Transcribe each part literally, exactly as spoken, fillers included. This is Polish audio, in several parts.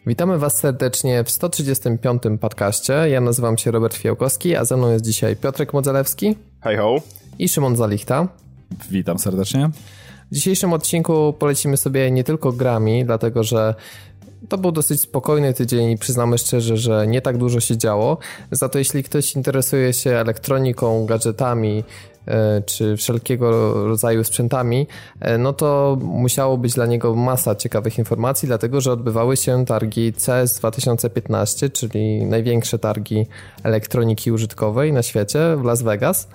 Witamy Was serdecznie w sto trzydziestym piątym podcaście. Ja nazywam się Robert Fiałkowski, a ze mną jest dzisiaj Piotrek Modzelewski. Hej ho. I Szymon Zalichta. Witam serdecznie. W dzisiejszym odcinku polecimy sobie nie tylko grami, dlatego że to był dosyć spokojny tydzień i przyznamy szczerze, że nie tak dużo się działo. Za to jeśli ktoś interesuje się elektroniką, gadżetami czy wszelkiego rodzaju sprzętami, no to musiało być dla niego masa ciekawych informacji, dlatego że odbywały się targi C E S dwa tysiące piętnaście, czyli największe targi elektroniki użytkowej na świecie w Las Vegas.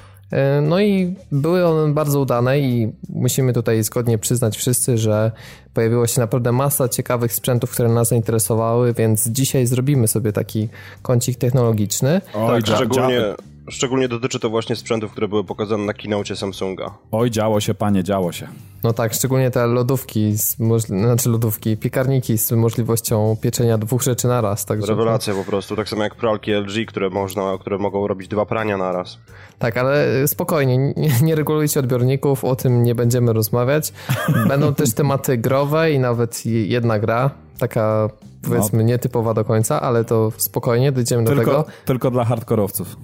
No i były one bardzo udane i musimy tutaj zgodnie przyznać wszyscy, że pojawiła się naprawdę masa ciekawych sprzętów, które nas zainteresowały, więc dzisiaj zrobimy sobie taki kącik technologiczny. Oj, tak, szczególnie, szczególnie dotyczy to właśnie sprzętów, które były pokazane na keynocie Samsunga. Oj, działo się, panie, działo się. No tak, szczególnie te lodówki, z możli- znaczy lodówki, piekarniki z możliwością pieczenia dwóch rzeczy naraz. Także rewelacja po prostu, tak samo jak pralki L G, które, można, które mogą robić dwa prania naraz. Tak, ale spokojnie, nie, nie regulujcie odbiorników, o tym nie będziemy rozmawiać. Będą też tematy growe i nawet jedna gra, taka powiedzmy no. nietypowa do końca, ale to spokojnie, dojdziemy tylko, do tego. Tylko dla hardkorowców.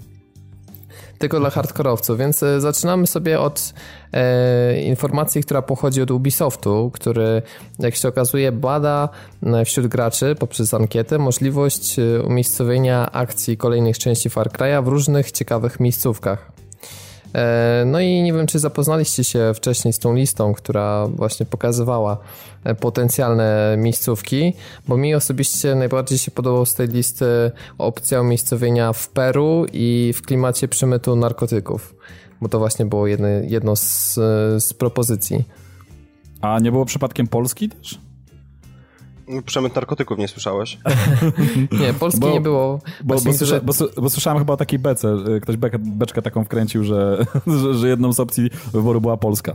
Tylko dla hardkorowców, więc zaczynamy sobie od e, informacji, która pochodzi od Ubisoftu, który, jak się okazuje, bada wśród graczy poprzez ankietę możliwość umiejscowienia akcji kolejnych części Far Cry'a w różnych ciekawych miejscówkach. E, no i nie wiem, czy zapoznaliście się wcześniej z tą listą, która właśnie pokazywała potencjalne miejscówki, bo mi osobiście najbardziej się podobał z tej listy opcja umiejscowienia w Peru i w klimacie przemytu narkotyków, bo to właśnie było jedne, jedno z, z propozycji. A nie było przypadkiem Polski też? Przemyt narkotyków nie słyszałeś? Nie, Polski bo, nie było. Bo, bo, słysza, bo, bo słyszałem chyba o takiej bece, ktoś be, beczkę taką wkręcił, że, że, że jedną z opcji wyboru była Polska.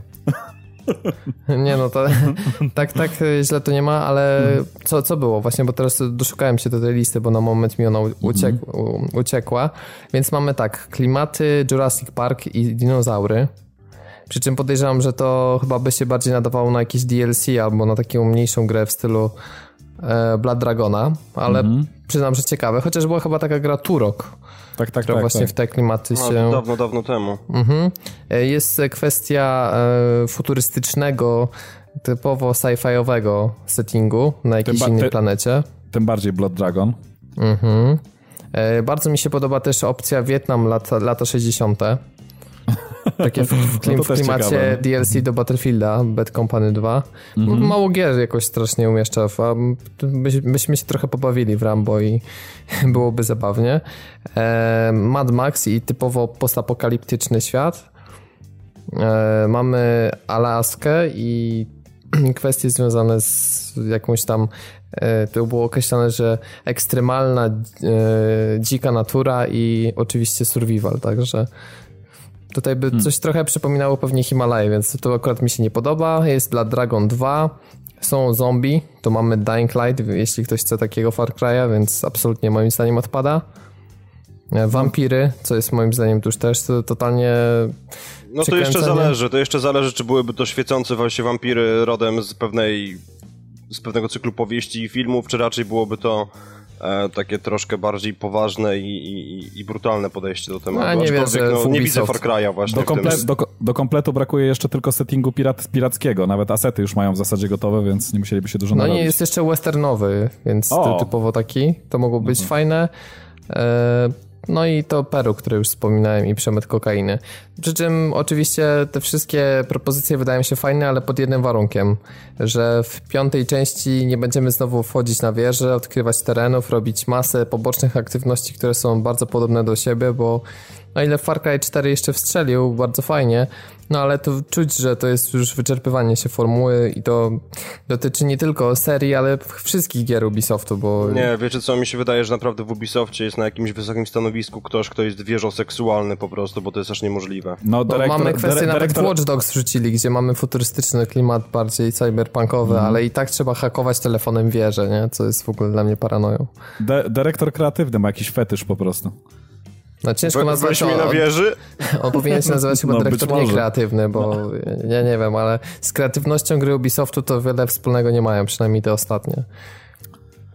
Nie no, to tak, tak źle to nie ma, ale co, co było? Właśnie, bo teraz doszukałem się do tej listy, bo na moment mi ona uciek, uciekła. Więc mamy tak, klimaty Jurassic Park i dinozaury. Przy czym podejrzewam, że to chyba by się bardziej nadawało na jakieś D L C albo na taką mniejszą grę w stylu e, Blood Dragona, ale mhm. przyznam, że ciekawe, chociaż była chyba taka gra Turok. Tak, tak, która tak, właśnie tak. w te klimaty się... No, dawno, dawno temu. Mhm. Jest kwestia e, futurystycznego, typowo sci-fiowego settingu na jakiejś ba- innej te, planecie. Tym bardziej Blood Dragon. Mhm. E, bardzo mi się podoba też opcja Wietnam lata, lata sześćdziesiąte. Takie w, w, klim, no w klimacie ciekawe. D L C do Battlefielda, Bad Company dwa. Mhm. Mało gier jakoś strasznie umieszcza. Byś, byśmy się trochę pobawili w Rambo i byłoby zabawnie. E, Mad Max i typowo postapokaliptyczny świat. E, mamy Alaskę i kwestie związane z jakąś tam, e, to było określone, że ekstremalna e, dzika natura i oczywiście survival, także tutaj by coś hmm. trochę przypominało pewnie Himalaję, więc to akurat mi się nie podoba. Jest dla Dragon dwa, są zombie, to mamy Dying Light, jeśli ktoś chce takiego Far Cry'a, więc absolutnie moim zdaniem odpada. Wampiry, co jest moim zdaniem już też to totalnie No to jeszcze zależy, to jeszcze zależy, czy byłyby to świecące właśnie wampiry rodem z pewnej, z pewnego cyklu powieści i filmów, czy raczej byłoby to E, takie troszkę bardziej poważne i, i, i brutalne podejście do tematu. A nie, wiem, no, nie widzę Far Cry'a właśnie. Do, komple- w tym. do, do kompletu brakuje jeszcze tylko settingu pirat, pirackiego. Nawet asety już mają w zasadzie gotowe, więc nie musieliby się dużo no narobić. No nie, jest jeszcze westernowy, więc ty, typowo taki. To mogło być mhm. fajne. E, no i to Peru, które już wspominałem, i przemyt kokainy. Przy czym oczywiście te wszystkie propozycje wydają się fajne, ale pod jednym warunkiem, że w piątej części nie będziemy znowu wchodzić na wieże, odkrywać terenów, robić masę pobocznych aktywności, które są bardzo podobne do siebie, bo o ile Far Cry cztery jeszcze wstrzelił bardzo fajnie, no ale to czuć, że to jest już wyczerpywanie się formuły i to dotyczy nie tylko serii, ale wszystkich gier Ubisoftu, bo... Nie, wiecie co, mi się wydaje, że naprawdę w Ubisoftie jest na jakimś wysokim stanowisku ktoś, kto jest wieżoseksualny po prostu, bo to jest aż niemożliwe. No, dyrektor, mamy kwestię dyrektor... nawet w Watch Dogs wrzucili, gdzie mamy futurystyczny klimat bardziej cyberpunkowy, mm. ale i tak trzeba hakować telefonem wieżę, nie? Co jest w ogóle dla mnie paranoją. De- dyrektor kreatywny ma jakiś fetysz po prostu. No ciężko nazwać mi na wieży? On powinien się nazywać chyba no, dyrektor niekreatywny, bo no. ja nie wiem, ale z kreatywnością gry Ubisoftu to wiele wspólnego nie mają, przynajmniej te ostatnie.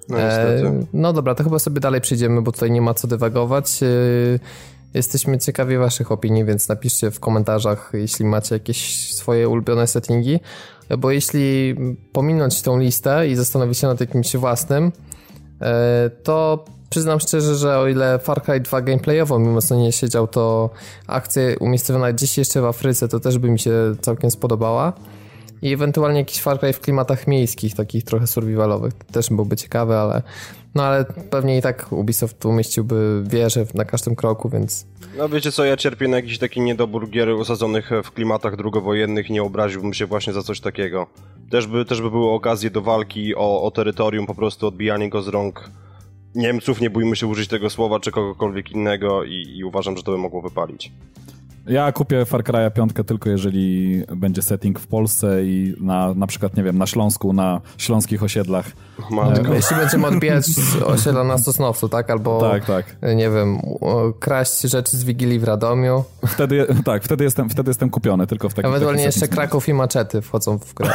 No niestety. E, no dobra, to chyba sobie dalej przejdziemy, bo tutaj nie ma co dywagować. E, jesteśmy ciekawi waszych opinii, więc napiszcie w komentarzach, jeśli macie jakieś swoje ulubione settingi, bo jeśli pominąć tą listę i zastanowić się nad jakimś własnym, e, to przyznam szczerze, że o ile Far Cry dwa gameplayowo mi mocno nie siedział, to akcja umiejscowiona gdzieś jeszcze w Afryce to też by mi się całkiem spodobała. I ewentualnie jakiś Far Cry w klimatach miejskich, takich trochę survivalowych, też byłby ciekawy, ale no ale pewnie i tak Ubisoft umieściłby wieże na każdym kroku, więc... No wiecie co, ja cierpię na jakiś taki niedobór gier osadzonych w klimatach drugowojennych, nie obraziłbym się właśnie za coś takiego. Też by, też by były okazje do walki o, o terytorium, po prostu odbijanie go z rąk Niemców, nie bójmy się użyć tego słowa, czy kogokolwiek innego i, i uważam, że to by mogło wypalić. Ja kupię Far Cry'a piątkę tylko jeżeli będzie setting w Polsce i na, na przykład, nie wiem, na Śląsku, na śląskich osiedlach. Matko. Jeśli będziemy odbijać z osiedla na Sosnowcu, tak? Albo, tak, tak. nie wiem, kraść rzeczy z Wigilii w Radomiu. Wtedy, tak, wtedy jestem, wtedy jestem kupiony, tylko w takim... Ewentualnie jeszcze Kraków i Maczety wchodzą w grę.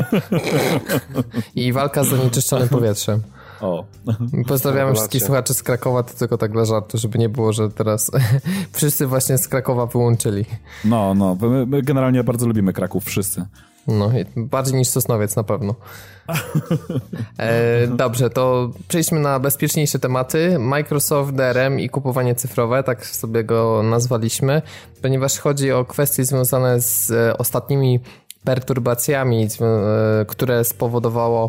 I walka z zanieczyszczonym powietrzem. O. Pozdrawiamy wszystkich słuchaczy z Krakowa, to tylko tak dla żartu, żeby nie było, że teraz wszyscy właśnie z Krakowa wyłączyli. No, no, my, my generalnie bardzo lubimy Kraków, wszyscy. No, bardziej niż Sosnowiec na pewno. E, dobrze, to przejdźmy na bezpieczniejsze tematy. Microsoft D R M i kupowanie cyfrowe, tak sobie go nazwaliśmy, ponieważ chodzi o kwestie związane z ostatnimi perturbacjami, które spowodowało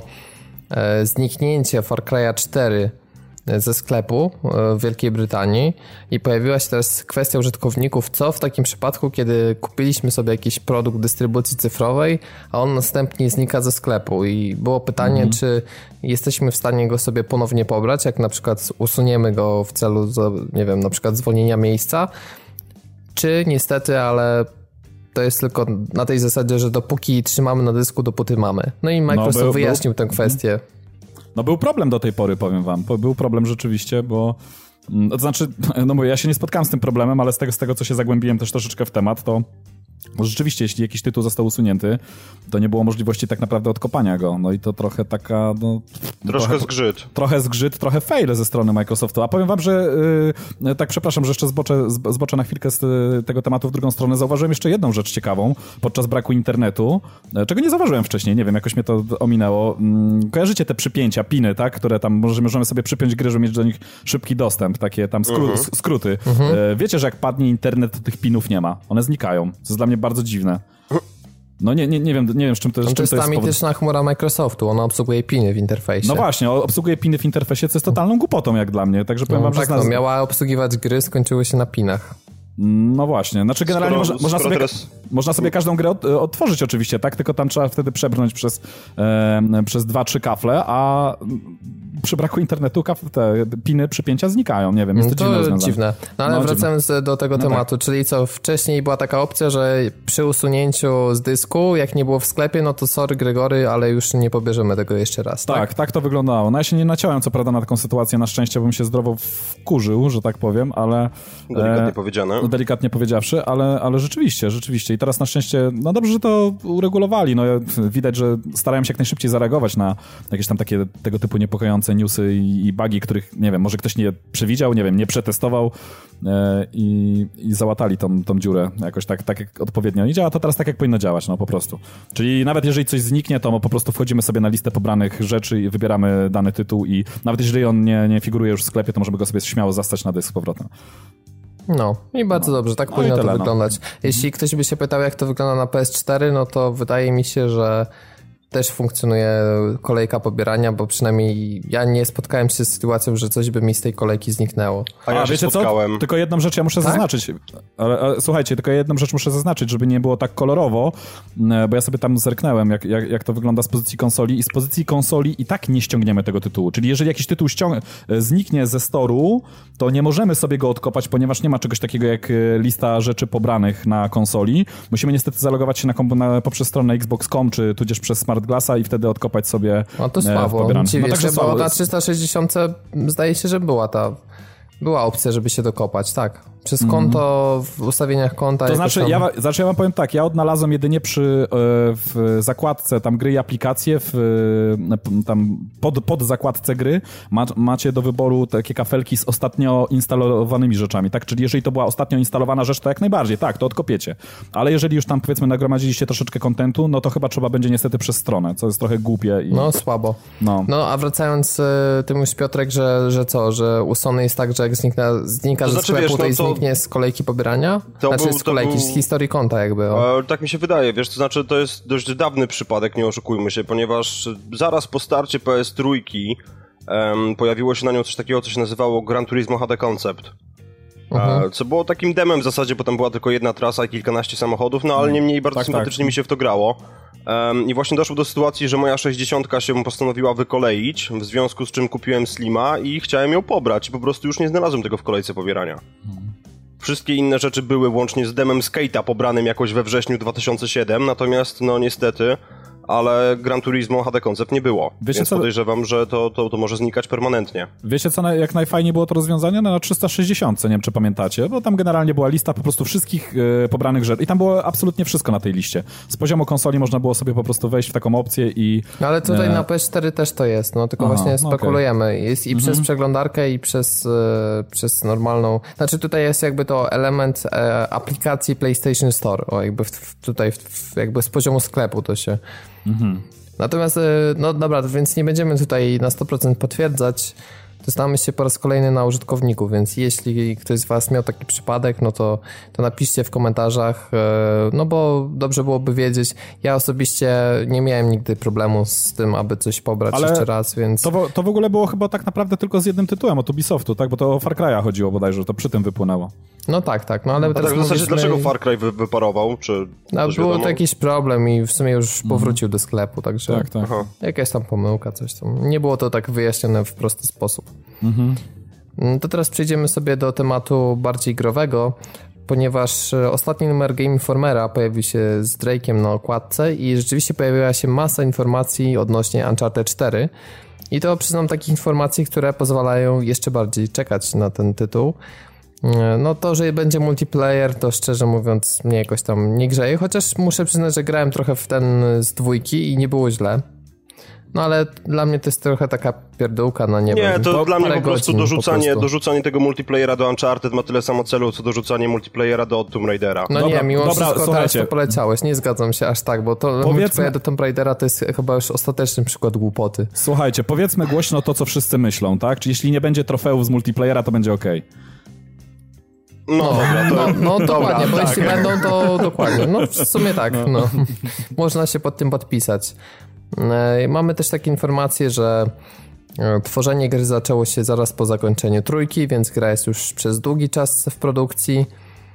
zniknięcie Far Cry'a cztery ze sklepu w Wielkiej Brytanii i pojawiła się teraz kwestia użytkowników, co w takim przypadku, kiedy kupiliśmy sobie jakiś produkt dystrybucji cyfrowej, a on następnie znika ze sklepu i było pytanie, mhm. czy jesteśmy w stanie go sobie ponownie pobrać, jak na przykład usuniemy go w celu, nie wiem, na przykład zwolnienia miejsca, czy niestety, ale to jest tylko na tej zasadzie, że dopóki trzymamy na dysku, dopóty mamy. No i Microsoft no, był, wyjaśnił był, tę kwestię. No był problem do tej pory, powiem wam. Był problem rzeczywiście, bo... To znaczy, no bo ja się nie spotkałem z tym problemem, ale z tego, z tego co się zagłębiłem też troszeczkę w temat, to bo rzeczywiście, jeśli jakiś tytuł został usunięty, to nie było możliwości tak naprawdę odkopania go. No i to trochę taka... No, troszkę trochę, zgrzyt. Trochę zgrzyt, trochę fail ze strony Microsoftu. A powiem wam, że yy, tak przepraszam, że jeszcze zboczę, zboczę na chwilkę z y, tego tematu w drugą stronę. Zauważyłem jeszcze jedną rzecz ciekawą podczas braku internetu, czego nie zauważyłem wcześniej. Nie wiem, jakoś mnie to ominęło. Mm, kojarzycie te przypięcia, piny, tak? Które tam możemy, możemy sobie przypiąć gry, żeby mieć do nich szybki dostęp. Takie tam skró uh-huh. skróty. Uh-huh. Yy, wiecie, że jak padnie internet, to tych pinów nie ma. One znikają. To jest dla mnie bardzo dziwne. No nie, nie, nie wiem, nie wiem, z czym to jest. No to jest ta mityczna chmura Microsoftu, ona obsługuje piny w interfejsie. No właśnie, obsługuje piny w interfejsie, co jest totalną głupotą jak dla mnie, także powiem no, wam, tak, że... Tak, no, miała obsługiwać gry, skończyły się na pinach. No właśnie, znaczy generalnie skoro, można, można, sobie, teraz... można sobie każdą grę od, otworzyć oczywiście, tak? Tylko tam trzeba wtedy przebrnąć przez, e, przez dwa, trzy kafle, a przy braku internetu kaf, te piny przypięcia znikają, nie wiem, jest to, to dziwne rozwiązanie. dziwne. No ale no, wracając dziwne. do tego no tematu, tak. Czyli co, wcześniej była taka opcja, że przy usunięciu z dysku, jak nie było w sklepie, no to sorry Gregory, ale już nie pobierzemy tego jeszcze raz, tak? Tak, tak to wyglądało. No ja się nie naciąłem co prawda na taką sytuację, na szczęście bym się zdrowo wkurzył, że tak powiem, ale... Delikatnie e, powiedziane. No, delikatnie powiedziawszy, ale, ale rzeczywiście, rzeczywiście. I teraz na szczęście, no dobrze, że to uregulowali. No widać, że starają się jak najszybciej zareagować na jakieś tam takie tego typu niepokojące newsy i, i bugi, których, nie wiem, może ktoś nie przewidział, nie wiem, nie przetestował e, i, i załatali tą, tą dziurę jakoś tak, tak jak odpowiednio. I działa to teraz tak, jak powinno działać, no po prostu. Czyli nawet jeżeli coś zniknie, to po prostu wchodzimy sobie na listę pobranych rzeczy i wybieramy dany tytuł i nawet jeżeli on nie, nie figuruje już w sklepie, to możemy go sobie śmiało zastać na dysk z powrotem. No i bardzo no. dobrze, tak no powinno tyle, to wyglądać. No. Jeśli ktoś by się pytał, jak to wygląda na P S cztery, no to wydaje mi się, że też funkcjonuje kolejka pobierania, bo przynajmniej ja nie spotkałem się z sytuacją, że coś by mi z tej kolejki zniknęło. A ja A, się wiecie spotkałem. Co? Tylko jedną rzecz ja muszę tak? zaznaczyć. Ale, ale, słuchajcie, tylko jedną rzecz muszę zaznaczyć, żeby nie było tak kolorowo, bo ja sobie tam zerknęłem, jak, jak, jak to wygląda z pozycji konsoli i z pozycji konsoli i tak nie ściągniemy tego tytułu. Czyli jeżeli jakiś tytuł ściąg- zniknie ze storu, to nie możemy sobie go odkopać, ponieważ nie ma czegoś takiego jak lista rzeczy pobranych na konsoli. Musimy niestety zalogować się na, komp- na poprzez stronę Xbox kropka com, czy tudzież przez Smart Glassa i wtedy odkopać sobie. No to słabo. Ci no, wiesz, bo na trzysta sześćdziesiąt zdaje się, że była ta była opcja, żeby się dokopać, tak. Przez konto, w ustawieniach konta. To znaczy, tam... ja, znaczy, ja wam powiem tak, ja odnalazłem jedynie przy w zakładce tam gry i aplikacje, w, tam pod, pod zakładce gry ma, macie do wyboru takie kafelki z ostatnio instalowanymi rzeczami, tak? Czyli jeżeli to była ostatnio instalowana rzecz, to jak najbardziej, tak, to odkopiecie. Ale jeżeli już tam, powiedzmy, nagromadziliście troszeczkę kontentu, no to chyba trzeba będzie niestety przez stronę, co jest trochę głupie. I... No, słabo. No. no, a wracając, ty mówisz, Piotrek, że, że co, że u Sony jest tak, że jak znika, znika to ze znaczy, sklepu, wiesz, no, to i zniknie z kolejki pobierania? To znaczy był, z kolejki, był... z historii konta jakby. O. E, tak mi się wydaje, wiesz, to znaczy to jest dość dawny przypadek, nie oszukujmy się, ponieważ zaraz po starcie P S trzy um, pojawiło się na nią coś takiego, co się nazywało Gran Turismo H D Concept. Uh-huh. Co było takim demem w zasadzie, bo tam była tylko jedna trasa i kilkanaście samochodów, no ale niemniej bardzo tak, sympatycznie tak. mi się w to grało. Um, I właśnie doszło do sytuacji, że moja sześćdziesiątka się postanowiła wykoleić, w związku z czym kupiłem Slima i chciałem ją pobrać i po prostu już nie znalazłem tego w kolejce pobierania. Hmm. Wszystkie inne rzeczy były łącznie z demem Skate'a pobranym jakoś we wrześniu dwa tysiące siódmym, natomiast no niestety... ale Gran Turismo H D Concept nie było, wiecie, więc co... podejrzewam, że to, to, to może znikać permanentnie. Wiecie co, jak najfajniej było to rozwiązanie? No, na trzysta sześćdziesiąt, nie wiem czy pamiętacie, bo tam generalnie była lista po prostu wszystkich yy, pobranych rzeczy i tam było absolutnie wszystko na tej liście. Z poziomu konsoli można było sobie po prostu wejść w taką opcję i... No ale tutaj yy... na P S cztery też to jest, no tylko Aha, właśnie spekulujemy. Okay. Jest i mhm. przez przeglądarkę i przez, yy, przez normalną... Znaczy tutaj jest jakby to element yy, aplikacji PlayStation Store, o jakby w, w, tutaj w, jakby z poziomu sklepu to się... Mhm. Natomiast, no dobra, więc nie będziemy tutaj na sto procent potwierdzać. Dostamy się po raz kolejny na użytkowników, więc jeśli ktoś z was miał taki przypadek, no to, to napiszcie w komentarzach, no bo dobrze byłoby wiedzieć. Ja osobiście nie miałem nigdy problemu z tym, aby coś pobrać Ale jeszcze raz, więc... To, to w ogóle było chyba tak naprawdę tylko z jednym tytułem, od Ubisoftu, tak? Bo to o Far Cry'a chodziło bodajże, to przy tym wypłynęło. No tak, tak, no ale no teraz tak, w zasadzie mówiliśmy... dlaczego Far Cry wy, wyparował? Czy no, było wiadomo? To jakiś problem i w sumie już powrócił mm. do sklepu, także tak, tak. jakaś tam pomyłka, coś tam. Nie było to tak wyjaśnione w prosty sposób. Mhm. To teraz przejdziemy sobie do tematu bardziej growego, ponieważ ostatni numer Game Informera pojawił się z Drake'em na okładce i rzeczywiście pojawiła się masa informacji odnośnie Uncharted cztery. I to przyznam takich informacji, które pozwalają jeszcze bardziej czekać na ten tytuł. No to, że będzie multiplayer, to szczerze mówiąc mnie jakoś tam nie grzeje, chociaż muszę przyznać, że grałem trochę w ten z dwójki i nie było źle. No ale dla mnie to jest trochę taka pierdółka, no nie, nie wiem. Nie, to dla mnie po prostu dorzucanie, po prostu dorzucanie tego multiplayera do Uncharted ma tyle samo celu, co dorzucanie multiplayera do Tomb Raidera. No dobra, nie, mimo dobra, wszystko teraz to poleciałeś, nie zgadzam się aż tak, bo to powiedzmy... multiplayer do Tomb Raidera to jest chyba już ostateczny przykład głupoty. Słuchajcie, powiedzmy głośno to, co wszyscy myślą, tak? Czyli jeśli nie będzie trofeów z multiplayera, to będzie okej. Okay. No, no, dobra, to... no, no dokładnie, bo tak. Jeśli będą, to dokładnie. No w sumie tak, no. no. Można się pod tym podpisać. Mamy też takie informacje, że tworzenie gry zaczęło się zaraz po zakończeniu trójki, więc gra jest już przez długi czas w produkcji.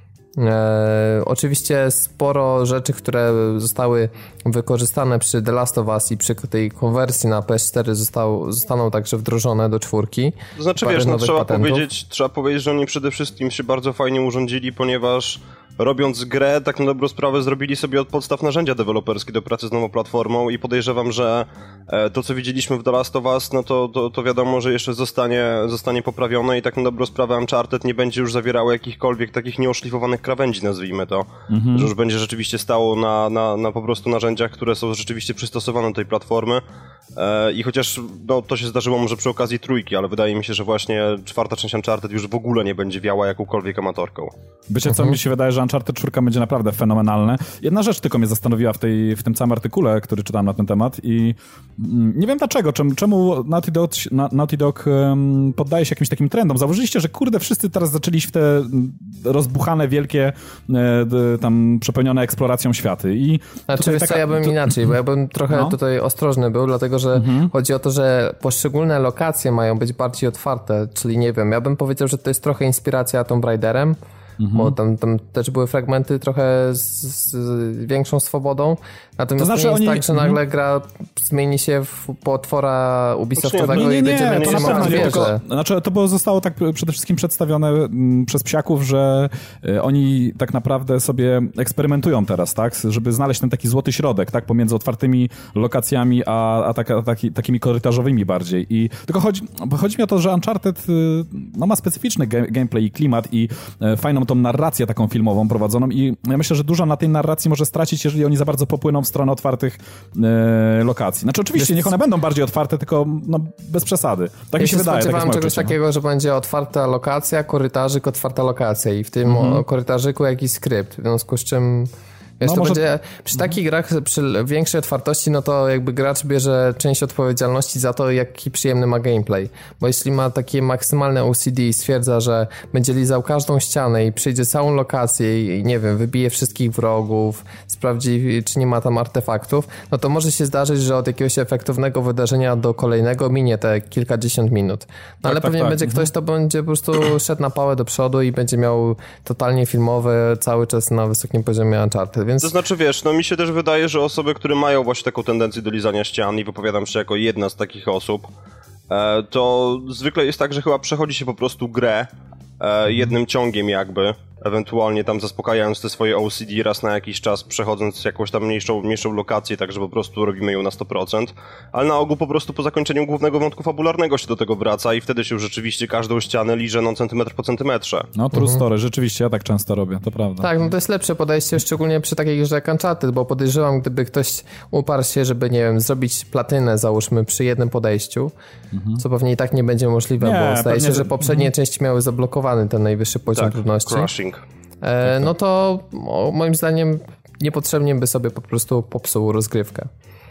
E, oczywiście sporo rzeczy, które zostały wykorzystane przy The Last of Us i przy tej konwersji na P S cztery został, zostaną także wdrożone do czwórki. To znaczy wiesz, no, trzeba, powiedzieć, trzeba powiedzieć, że oni przede wszystkim się bardzo fajnie urządzili, ponieważ robiąc grę, tak na dobrą sprawę zrobili sobie od podstaw narzędzia deweloperskie do pracy z nową platformą i podejrzewam, że to, co widzieliśmy w The Last of Us, no to, to, to wiadomo, że jeszcze zostanie, zostanie poprawione i tak na dobrą sprawę Uncharted nie będzie już zawierało jakichkolwiek takich nieoszlifowanych krawędzi, nazwijmy to, mhm. że już będzie rzeczywiście stało na, na, na po prostu narzędziach, które są rzeczywiście przystosowane do tej platformy i chociaż no, to się zdarzyło może przy okazji trójki, ale wydaje mi się, że właśnie czwarta część Uncharted już w ogóle nie będzie wiała jakąkolwiek amatorką. Wiecie co, mhm. mi się wydaje, że Uncharted cztery będzie naprawdę fenomenalne. Jedna rzecz tylko mnie zastanowiła w, tej, w tym całym artykule, który czytałem na ten temat i mm, nie wiem dlaczego, czemu, czemu Naughty Dog, Naughty Dog um, poddaje się jakimś takim trendom. Zauważyliście, że kurde, wszyscy teraz zaczęli iść w te rozbuchane, wielkie, e, tam przepełnione eksploracją światy. I znaczy, wiesz taka, co, ja bym to... inaczej, bo ja bym trochę no. tutaj ostrożny był, dlatego, że mhm. chodzi o to, że poszczególne lokacje mają być bardziej otwarte, czyli nie wiem, ja bym powiedział, że to jest trochę inspiracja Tomb Raiderem, mhm. bo tam, tam też były fragmenty trochę z, z większą swobodą, natomiast to, znaczy to nie jest oni... tak, że nagle gra zmieni się w potwora Ubisoftowego nie, nie, nie, i będziemy to trzymać w wieże. Znaczy to było, zostało tak przede wszystkim przedstawione m, przez psiaków, że y, oni tak naprawdę sobie eksperymentują teraz, tak, żeby znaleźć ten taki złoty środek, tak, pomiędzy otwartymi lokacjami, a, a, tak, a taki, takimi korytarzowymi bardziej. I tylko chodzi, chodzi mi o to, że Uncharted y, no, ma specyficzny ge- gameplay i klimat i y, fajną tą narrację taką filmową prowadzoną i ja myślę, że dużo na tej narracji może stracić, jeżeli oni za bardzo popłyną w stronę otwartych y, lokacji. Znaczy oczywiście, niech one będą bardziej otwarte, tylko no, bez przesady. Tak ja mi się wydaje. Ja spodziewałem czegoś uczucie, takiego, no. że będzie otwarta lokacja, korytarzyk, otwarta lokacja i w tym mm-hmm. korytarzyku jakiś skrypt, w związku z czym wiesz, no, to może... będzie, przy takich grach, przy większej otwartości, no to jakby gracz bierze część odpowiedzialności za to, jaki przyjemny ma gameplay. Bo jeśli ma takie maksymalne O C D i stwierdza, że będzie lizał każdą ścianę i przyjdzie całą lokację i nie wiem, wybije wszystkich wrogów, sprawdzi, czy nie ma tam artefaktów, no to może się zdarzyć, że od jakiegoś efektownego wydarzenia do kolejnego minie te kilkadziesiąt minut. No tak, ale tak, pewnie tak. będzie mhm. ktoś, kto będzie po prostu szedł na pałę do przodu i będzie miał totalnie filmowe cały czas na wysokim poziomie Uncharted. Więc... To znaczy, wiesz, no mi się też wydaje, że osoby, które mają właśnie taką tendencję do lizania ścian i wypowiadam się jako jedna z takich osób, e, to zwykle jest tak, że chyba przechodzi się po prostu grę e, jednym ciągiem jakby, ewentualnie tam zaspokajając te swoje O C D raz na jakiś czas, przechodząc jakąś tam mniejszą, mniejszą lokację, tak że po prostu robimy ją na sto procent, ale na ogół po prostu po zakończeniu głównego wątku fabularnego się do tego wraca i wtedy się już rzeczywiście każdą ścianę liże no centymetr po centymetrze. No true mhm. story, rzeczywiście, ja tak często robię, to prawda. Tak, no to jest lepsze podejście, szczególnie przy takiej grze jak Uncharted, bo podejrzewam, gdyby ktoś uparł się, żeby, nie wiem, zrobić platynę, załóżmy, przy jednym podejściu, mhm. co pewnie i tak nie będzie możliwe, nie, bo zdaje się, że poprzednie mhm. części miały zablokowany ten najwyższy poziom tak, trudności. Crashing. E, no to o, moim zdaniem niepotrzebnie by sobie po prostu popsuł rozgrywkę.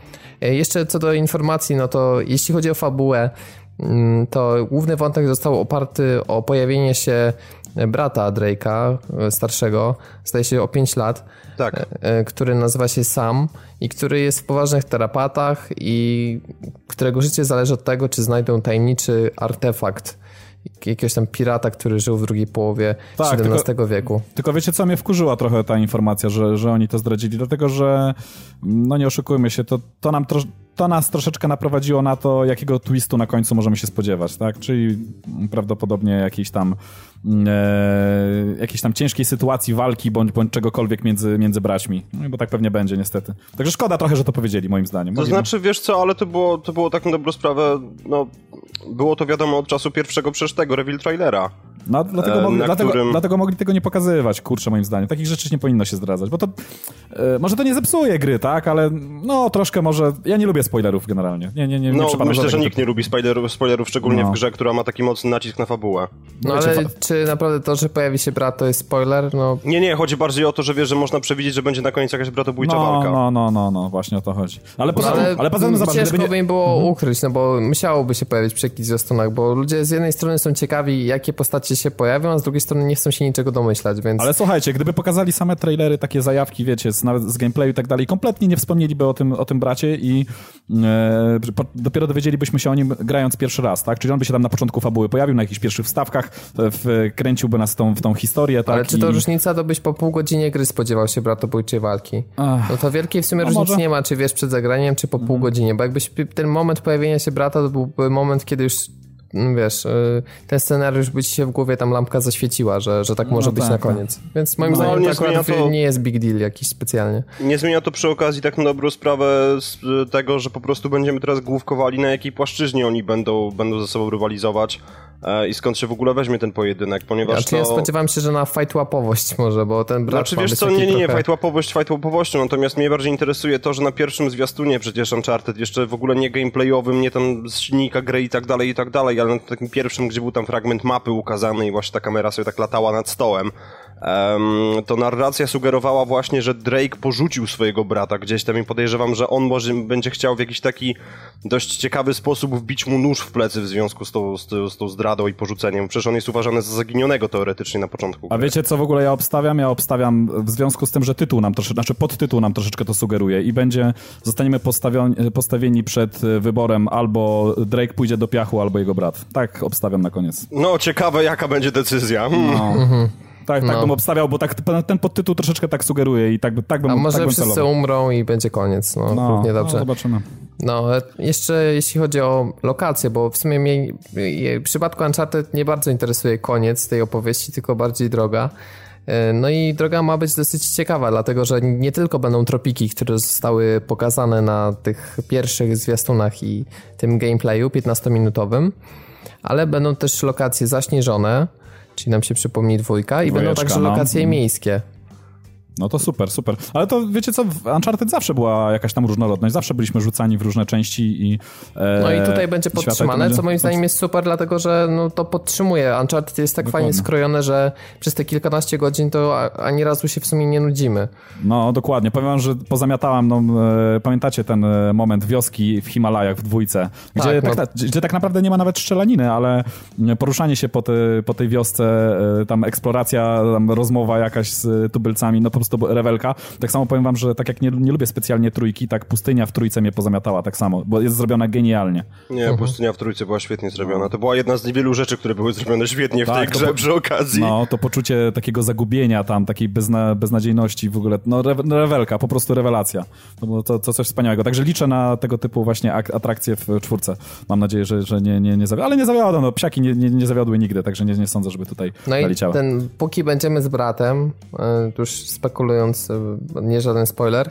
E, jeszcze co do informacji, no to jeśli chodzi o fabułę, to główny wątek został oparty o pojawienie się brata Drake'a, starszego, zdaje się o pięć lat, tak. który nazywa się Sam i który jest w poważnych tarapatach i którego życie zależy od tego, czy znajdą tajemniczy artefakt jakiegoś tam pirata, który żył w drugiej połowie tak, siedemnastego tylko, wieku. Tylko wiecie co, mnie wkurzyła trochę ta informacja, że, że oni to zdradzili, dlatego że no nie oszukujmy się, to, to nam trosz, to nas troszeczkę naprowadziło na to, jakiego twistu na końcu możemy się spodziewać, tak? Czyli prawdopodobnie jakiejś tam e, jakiejś tam ciężkiej sytuacji walki bądź, bądź czegokolwiek między, między braćmi. No, bo tak pewnie będzie niestety. Także szkoda trochę, że to powiedzieli moim zdaniem. To znaczy, wiesz co, ale to było, to było tak na dobrą sprawę, no było to wiadomo od czasu pierwszego przecież tego reveal trailera. No, dlatego, mogli, dlatego, którym... dlatego mogli tego nie pokazywać, kurczę, moim zdaniem. Takich rzeczy nie powinno się zdradzać, bo to e, może to nie zepsuje gry, tak, ale no troszkę może... Ja nie lubię spoilerów generalnie. Nie, nie, nie, no, nie myślę, że nikt typu. nie lubi spoilerów, spoilerów szczególnie no. w grze, która ma taki mocny nacisk na fabułę. No ale fa- czy naprawdę to, że pojawi się brat, to jest spoiler? No... Nie, nie, chodzi bardziej o to, że wiesz, że można przewidzieć, że będzie na koniec jakaś bratobójcza no, walka. No, no, no, no, właśnie o to chodzi. Ale poza, no, ale, ale poza tym zobacz, ciężko nie... by im było mhm. ukryć, no bo musiałoby się pojawić przy jakichś zwiastunach, bo ludzie z jednej strony są ciekawi, jakie postacie się pojawią, a z drugiej strony nie chcą się niczego domyślać, więc... Ale słuchajcie, gdyby pokazali same trailery, takie zajawki, wiecie, z, nawet z gameplayu i tak dalej, kompletnie nie wspomnieliby o tym, o tym bracie i e, po, dopiero dowiedzielibyśmy się o nim grając pierwszy raz, tak? Czyli on by się tam na początku fabuły pojawił, na jakichś pierwszych wstawkach, w, kręciłby nas w tą, w tą historię, tak? Ale czy to i... różnica, to byś po pół godzinie gry spodziewał się bratobójczej walki? Ach, no to wielkiej w sumie no różnicy może? nie ma, czy wiesz przed zagraniem, czy po pół mhm. godzinie, bo jakbyś ten moment pojawienia się brata, to byłby moment, kiedy już wiesz, ten scenariusz by ci się w głowie tam lampka zaświeciła, że, że tak może no być tak, na koniec. Tak. Więc moim no, zdaniem nie, tak to nie jest big deal jakiś specjalnie. Nie zmienia to przy okazji tak na dobrą sprawę z tego, że po prostu będziemy teraz główkowali, na jakiej płaszczyźnie oni będą, będą ze sobą rywalizować e, i skąd się w ogóle weźmie ten pojedynek, ponieważ ja, to... ja spodziewam się, że na fight łapowość może, bo ten brat... Znaczy wiesz co, nie, nie, nie, trochę... fight łapowość, fight łapowością, natomiast mnie bardziej interesuje to, że na pierwszym zwiastunie przecież Uncharted, jeszcze w ogóle nie gameplayowym, nie tam z silnika gry i tak dalej, i tak dalej, ale na takim pierwszym, gdzie był tam fragment mapy ukazany i właśnie ta kamera sobie tak latała nad stołem, um, to narracja sugerowała właśnie, że Drake porzucił swojego brata gdzieś tam i podejrzewam, że on może będzie chciał w jakiś taki dość ciekawy sposób wbić mu nóż w plecy w związku z tą, z, z tą zdradą i porzuceniem. Przecież on jest uważany za zaginionego teoretycznie na początku. A wiecie co w ogóle ja obstawiam? Ja obstawiam w związku z tym, że tytuł nam troszeczkę, znaczy podtytuł nam troszeczkę to sugeruje i będzie, zostaniemy postawioni, postawieni przed wyborem albo Drake pójdzie do piachu, albo jego brat. Tak obstawiam na koniec. No, ciekawe jaka będzie decyzja. Hmm. No. tak, tak no. bym obstawiał, bo tak, ten podtytuł troszeczkę tak sugeruje i tak, tak bym A może tak bym wszyscy celował. umrą i będzie koniec, no, no równie dobrze. No, zobaczymy. No, jeszcze jeśli chodzi o lokacje, bo w sumie mnie w przypadku Uncharted nie bardzo interesuje koniec tej opowieści, tylko bardziej droga. No i droga ma być dosyć ciekawa, dlatego że nie tylko będą tropiki, które zostały pokazane na tych pierwszych zwiastunach i tym gameplayu piętnastominutowym, ale będą też lokacje zaśnieżone, czyli nam się przypomni dwójka, i Dwójeczka, będą także no. lokacje miejskie. No to super, super. Ale to wiecie co, w Uncharted zawsze była jakaś tam różnorodność, zawsze byliśmy rzucani w różne części i e, no i tutaj będzie podtrzymane, będzie... co moim zdaniem jest super, dlatego że no, to podtrzymuje. Uncharted jest tak dokładnie. Fajnie skrojone, że przez te kilkanaście godzin to ani razu się w sumie nie nudzimy. No dokładnie, powiem wam, że pozamiatałem, no e, pamiętacie ten moment wioski w Himalajach w dwójce, gdzie tak, tak, no. gdzie tak naprawdę nie ma nawet strzelaniny, ale poruszanie się po, te, po tej wiosce, e, tam eksploracja, tam rozmowa jakaś z tubylcami, no po prostu to rewelka. Tak samo powiem wam, że tak jak nie, nie lubię specjalnie trójki, tak pustynia w trójce mnie pozamiatała tak samo, bo jest zrobiona genialnie. Nie, mhm. pustynia w trójce była świetnie zrobiona. To była jedna z niewielu rzeczy, które były zrobione świetnie w tak, tej grze po, przy okazji. No, to poczucie takiego zagubienia tam, takiej bezna, beznadziejności w ogóle. No, re, rewelka, po prostu rewelacja. To, to, to coś wspaniałego. Także liczę na tego typu właśnie atrakcje w czwórce. Mam nadzieję, że, że nie, nie, nie zawiodły. Ale nie zawiodły, no psiaki nie, nie, nie zawiodły nigdy, także nie, nie sądzę, żeby tutaj no naleciały. No i ten, póki będziemy z bratem, to już spekulując, nie żaden spoiler,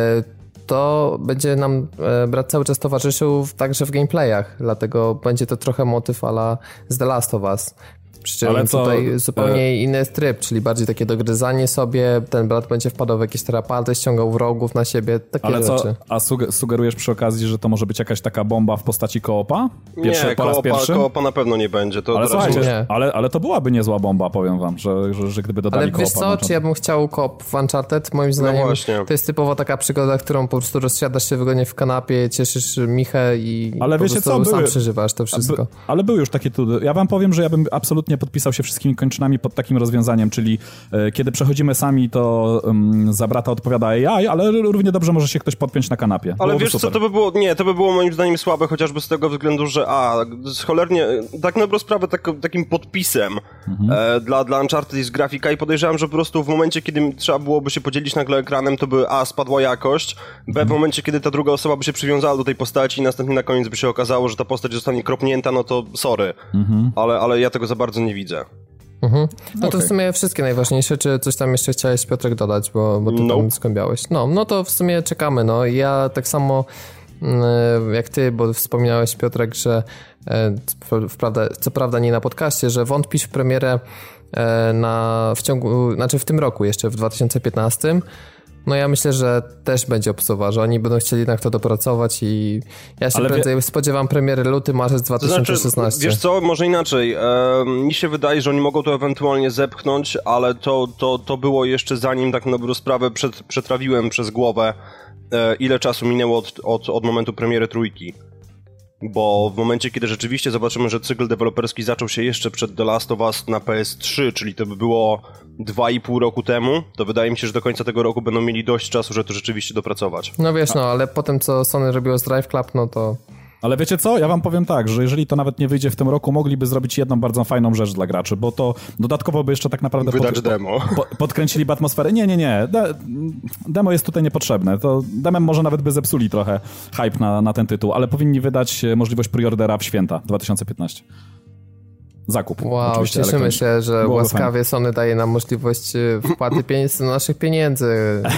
to będzie nam brat cały czas towarzyszył także w gameplayach, dlatego będzie to trochę motyw a la z The Last of Us. Przy czym co, tutaj zupełnie e... inny tryb, czyli bardziej takie dogryzanie sobie, ten brat będzie wpadał w jakieś terapaty, ściągał wrogów na siebie, takie ale co, rzeczy. A sugerujesz przy okazji, że to może być jakaś taka bomba w postaci koopa? Pierwszy, nie, po raz koopa, pierwszy? koopa na pewno nie będzie. To ale słuchajcie, nie. Ale, ale to byłaby niezła bomba, powiem wam, że, że, że gdyby dodali koopa. Ale wiesz co, czy ja bym chciał koop w Uncharted? Moim zdaniem no to jest typowo taka przygoda, którą po prostu rozsiadasz się wygodnie w kanapie, cieszysz Michę i ale po wiecie prostu co, sam były, przeżywasz to wszystko. By, ale były już takie tudy. Ja wam powiem, że ja bym absolutnie podpisał się wszystkimi kończynami pod takim rozwiązaniem, czyli e, kiedy przechodzimy sami, to um, za brata odpowiada A I, ale równie dobrze może się ktoś podpiąć na kanapie. Ale Byłoby wiesz super. co, to by było, nie, to by było moim zdaniem słabe, chociażby z tego względu, że a, cholernie, tak na dobrą sprawę tak, takim podpisem mhm. e, dla, dla Uncharted jest grafika i podejrzewam, że po prostu w momencie, kiedy trzeba byłoby się podzielić nagle ekranem, to by a, spadła jakość, b, mhm. w momencie, kiedy ta druga osoba by się przywiązała do tej postaci i następnie na koniec by się okazało, że ta postać zostanie kropnięta, no to sorry, mhm. ale, ale ja tego za bardzo nie widzę. Mhm. No okay. To w sumie wszystkie najważniejsze, czy coś tam jeszcze chciałeś, Piotrek, dodać, bo, bo ty no. tam skąpiałeś. No, no to w sumie czekamy, no. Ja tak samo jak ty, bo wspomniałeś, Piotrek, że wprawda, co prawda nie na podcaście, że wątpisz w premierę na, w ciągu, znaczy w tym roku jeszcze, w dwa tysiące piętnastym. No ja myślę, że też będzie obsuwa, że oni będą chcieli jednak to dopracować i ja się ale prędzej wie... spodziewam premiery luty, marzec dwa tysiące szesnasty. To znaczy, wiesz co, może inaczej. E, mi się wydaje, że oni mogą to ewentualnie zepchnąć, ale to, to, to było jeszcze zanim tak na dobrą sprawę przed, przetrawiłem przez głowę, e, ile czasu minęło od, od, od momentu premiery trójki. Bo w momencie, kiedy rzeczywiście zobaczymy, że cykl deweloperski zaczął się jeszcze przed The Last of Us na P S trzy, czyli to by było dwa i pół roku temu, to wydaje mi się, że do końca tego roku będą mieli dość czasu, żeby to rzeczywiście dopracować. No wiesz, no, ale po tym, co Sony robiło z Drive Club, no to... Ale wiecie co? Ja wam powiem tak, że jeżeli to nawet nie wyjdzie w tym roku, mogliby zrobić jedną bardzo fajną rzecz dla graczy, bo to dodatkowo by jeszcze tak naprawdę... Wydać pod, demo. Po, podkręciliby atmosferę. Nie, nie, nie. De, demo jest tutaj niepotrzebne. To demem może nawet by zepsuli trochę hype na, na ten tytuł, ale powinni wydać możliwość preordera w święta dwa tysiące piętnaście. Zakup. Wow, cieszymy się, że byłoby łaskawie fajnie. Sony daje nam możliwość wpłaty pieniędzy do naszych pieniędzy.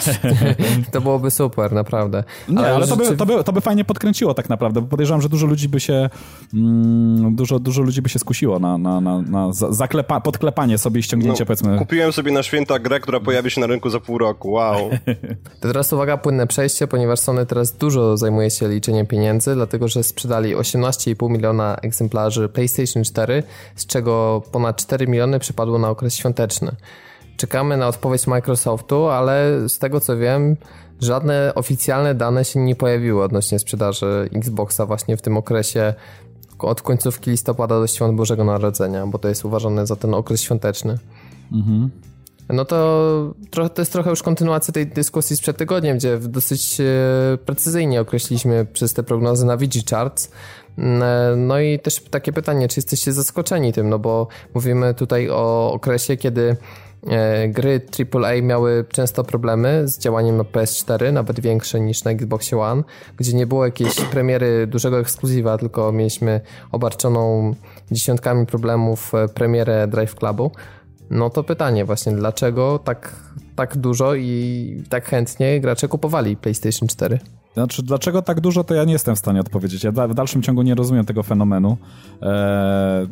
To byłoby super, naprawdę. Nie, ale, ale to, by, to, by, to by fajnie podkręciło tak naprawdę, bo podejrzewam, że dużo ludzi by się mm, dużo, dużo ludzi by się skusiło na, na, na, na zaklepa, podklepanie sobie i ściągnięcie, no, powiedzmy. Kupiłem sobie na święta grę, która pojawi się na rynku za pół roku, wow. To teraz uwaga, płynne przejście, ponieważ Sony teraz dużo zajmuje się liczeniem pieniędzy, dlatego że sprzedali osiemnaście i pół miliona egzemplarzy PlayStation cztery, z czego ponad cztery miliony przypadło na okres świąteczny. Czekamy na odpowiedź Microsoftu, ale z tego co wiem, żadne oficjalne dane się nie pojawiły odnośnie sprzedaży Xboxa właśnie w tym okresie od końcówki listopada do świąt Bożego Narodzenia, bo to jest uważane za ten okres świąteczny. Mhm. no to, trochę, to jest trochę już kontynuacja tej dyskusji sprzed tygodnia, gdzie dosyć precyzyjnie określiliśmy przez te prognozy na V G Charts. No i też takie pytanie, czy jesteście zaskoczeni tym, no bo mówimy tutaj o okresie, kiedy gry triple A miały często problemy z działaniem na P S cztery, nawet większe niż na Xboxie One, gdzie nie było jakiejś premiery dużego ekskluzywa, tylko mieliśmy obarczoną dziesiątkami problemów premierę Drive Clubu. No to pytanie właśnie, dlaczego tak, tak dużo i tak chętnie gracze kupowali PlayStation cztery? Znaczy, dlaczego tak dużo, to ja nie jestem w stanie odpowiedzieć. Ja w dalszym ciągu nie rozumiem tego fenomenu. Eee,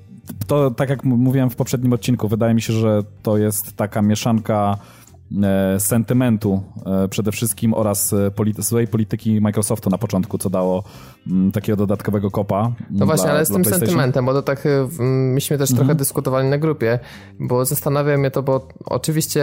to, tak jak mówiłem w poprzednim odcinku, wydaje mi się, że to jest taka mieszanka e, sentymentu e, przede wszystkim oraz polity- złej polityki Microsoftu na początku, co dało m, takiego dodatkowego kopa. No właśnie, dla, ale z tym sentymentem, bo to tak m, myśmy też mhm. trochę dyskutowali na grupie, bo zastanawia mnie to, bo oczywiście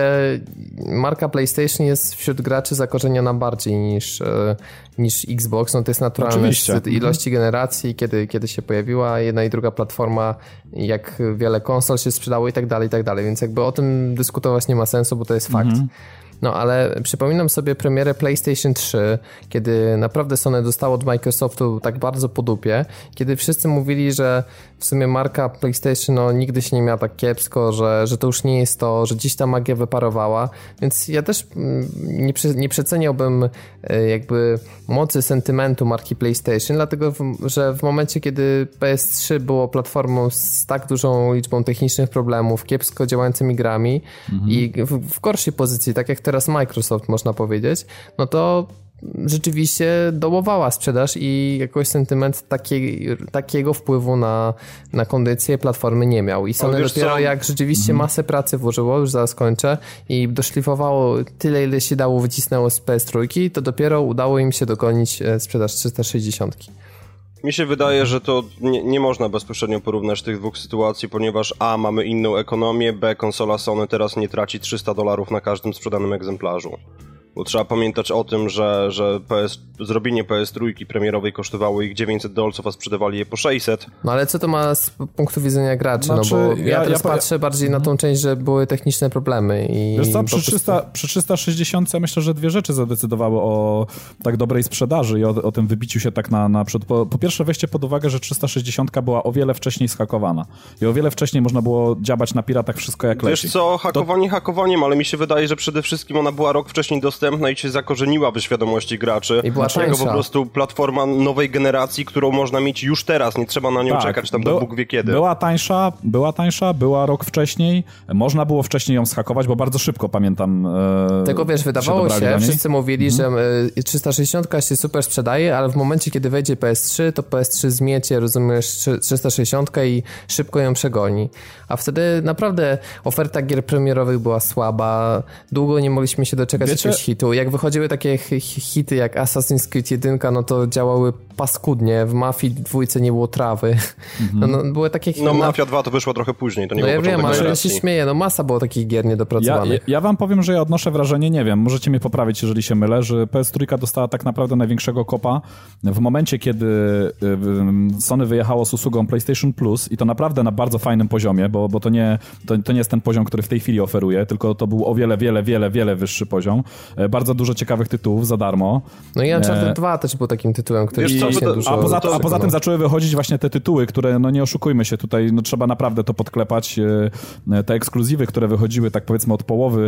marka PlayStation jest wśród graczy zakorzeniona bardziej niż, e, niż Xbox. No to jest naturalne oczywiście. Z ilości mhm. generacji, kiedy, kiedy się pojawiła jedna i druga platforma, jak wiele konsol się sprzedało i tak dalej, i tak dalej, więc jakby o tym dyskutować nie ma sensu, bo to jest fakt. Mhm. No ale przypominam sobie premierę PlayStation trzy, kiedy naprawdę Sony dostało od Microsoftu tak bardzo po dupie, kiedy wszyscy mówili, że w sumie marka PlayStation no, nigdy się nie miała tak kiepsko, że, że to już nie jest to, że dziś ta magia wyparowała, więc ja też nie, nie przeceniałbym jakby mocy sentymentu marki PlayStation, dlatego że w momencie, kiedy P S trzy było platformą z tak dużą liczbą technicznych problemów, kiepsko działającymi grami mhm. i w, w gorszej pozycji, tak jak teraz Microsoft można powiedzieć, no to rzeczywiście dołowała sprzedaż i jakoś sentyment taki, takiego wpływu na, na kondycję platformy nie miał. I Sony dopiero co? jak rzeczywiście mhm. masę pracy włożyło, już zaraz kończę, i doszlifowało tyle, ile się dało, wycisnęło z P S trzy, to dopiero udało im się dogonić sprzedaż trzysta sześćdziesiąt. Mi się wydaje, że to nie, nie można bezpośrednio porównać tych dwóch sytuacji, ponieważ A, mamy inną ekonomię, B, konsola Sony teraz nie traci trzysta dolarów na każdym sprzedanym egzemplarzu. Bo trzeba pamiętać o tym, że, że P S, zrobienie P S trzy premierowej kosztowało ich dziewięćset dolców, a sprzedawali je po sześćset. No ale co to ma z punktu widzenia graczy? Znaczy, no bo ja, ja teraz ja, patrzę ja... bardziej na tą część, że były techniczne problemy. I Wiesz co, przy, prostu... trzysta, przy trzysta sześćdziesiąt myślę, że dwie rzeczy zadecydowały o tak dobrej sprzedaży i o, o tym wybiciu się tak na, na przód. Po, po pierwsze weźcie pod uwagę, że trzysta sześćdziesiąt była o wiele wcześniej zhakowana. I o wiele wcześniej można było dziabać na piratach wszystko jak leci. Wiesz co, hakowanie to... hakowaniem, ale mi się wydaje, że przede wszystkim ona była rok wcześniej dostępna i się zakorzeniła w świadomości graczy. I była tańsza. Po prostu platforma nowej generacji, którą można mieć już teraz, nie trzeba na nią tak, czekać tam do Bóg wie kiedy. Była tańsza, była tańsza, była rok wcześniej, można było wcześniej ją zhakować, bo bardzo szybko pamiętam. E, Tego wiesz, wydawało się, się wszyscy mówili, mhm. że e, trzysta sześćdziesiąt się super sprzedaje, ale w momencie, kiedy wejdzie P S trzy, to P S trzy zmiecie, rozumiesz, trzysta sześćdziesiąt i szybko ją przegoni. A wtedy naprawdę oferta gier premierowych była słaba, długo nie mogliśmy się doczekać Wiecie? jakiegoś hitu. Jak wychodziły takie hity jak Assassin's Creed jeden, no to działały paskudnie. W Mafii dwójce nie było trawy. Mhm. No, no, były takie no Mafia dwa to wyszła trochę później, to nie no było ja wiem, ale ja się śmieję, no masa było takich gier niedopracowanych. Ja, ja wam powiem, że ja odnoszę wrażenie, nie wiem, możecie mnie poprawić, jeżeli się mylę, że P S trzy dostała tak naprawdę największego kopa w momencie, kiedy Sony wyjechało z usługą PlayStation Plus i to naprawdę na bardzo fajnym poziomie, bo, bo to, nie, to, to nie jest ten poziom, który w tej chwili oferuje, tylko to był o wiele, wiele, wiele, wiele wyższy poziom. Bardzo dużo ciekawych tytułów za darmo. No i Uncharted e... dwa też był takim tytułem, który Wiesz, się to, dużo... A poza, a poza tym zaczęły wychodzić właśnie te tytuły, które, no nie oszukujmy się, tutaj no trzeba naprawdę to podklepać. Te ekskluzywy, które wychodziły tak powiedzmy od połowy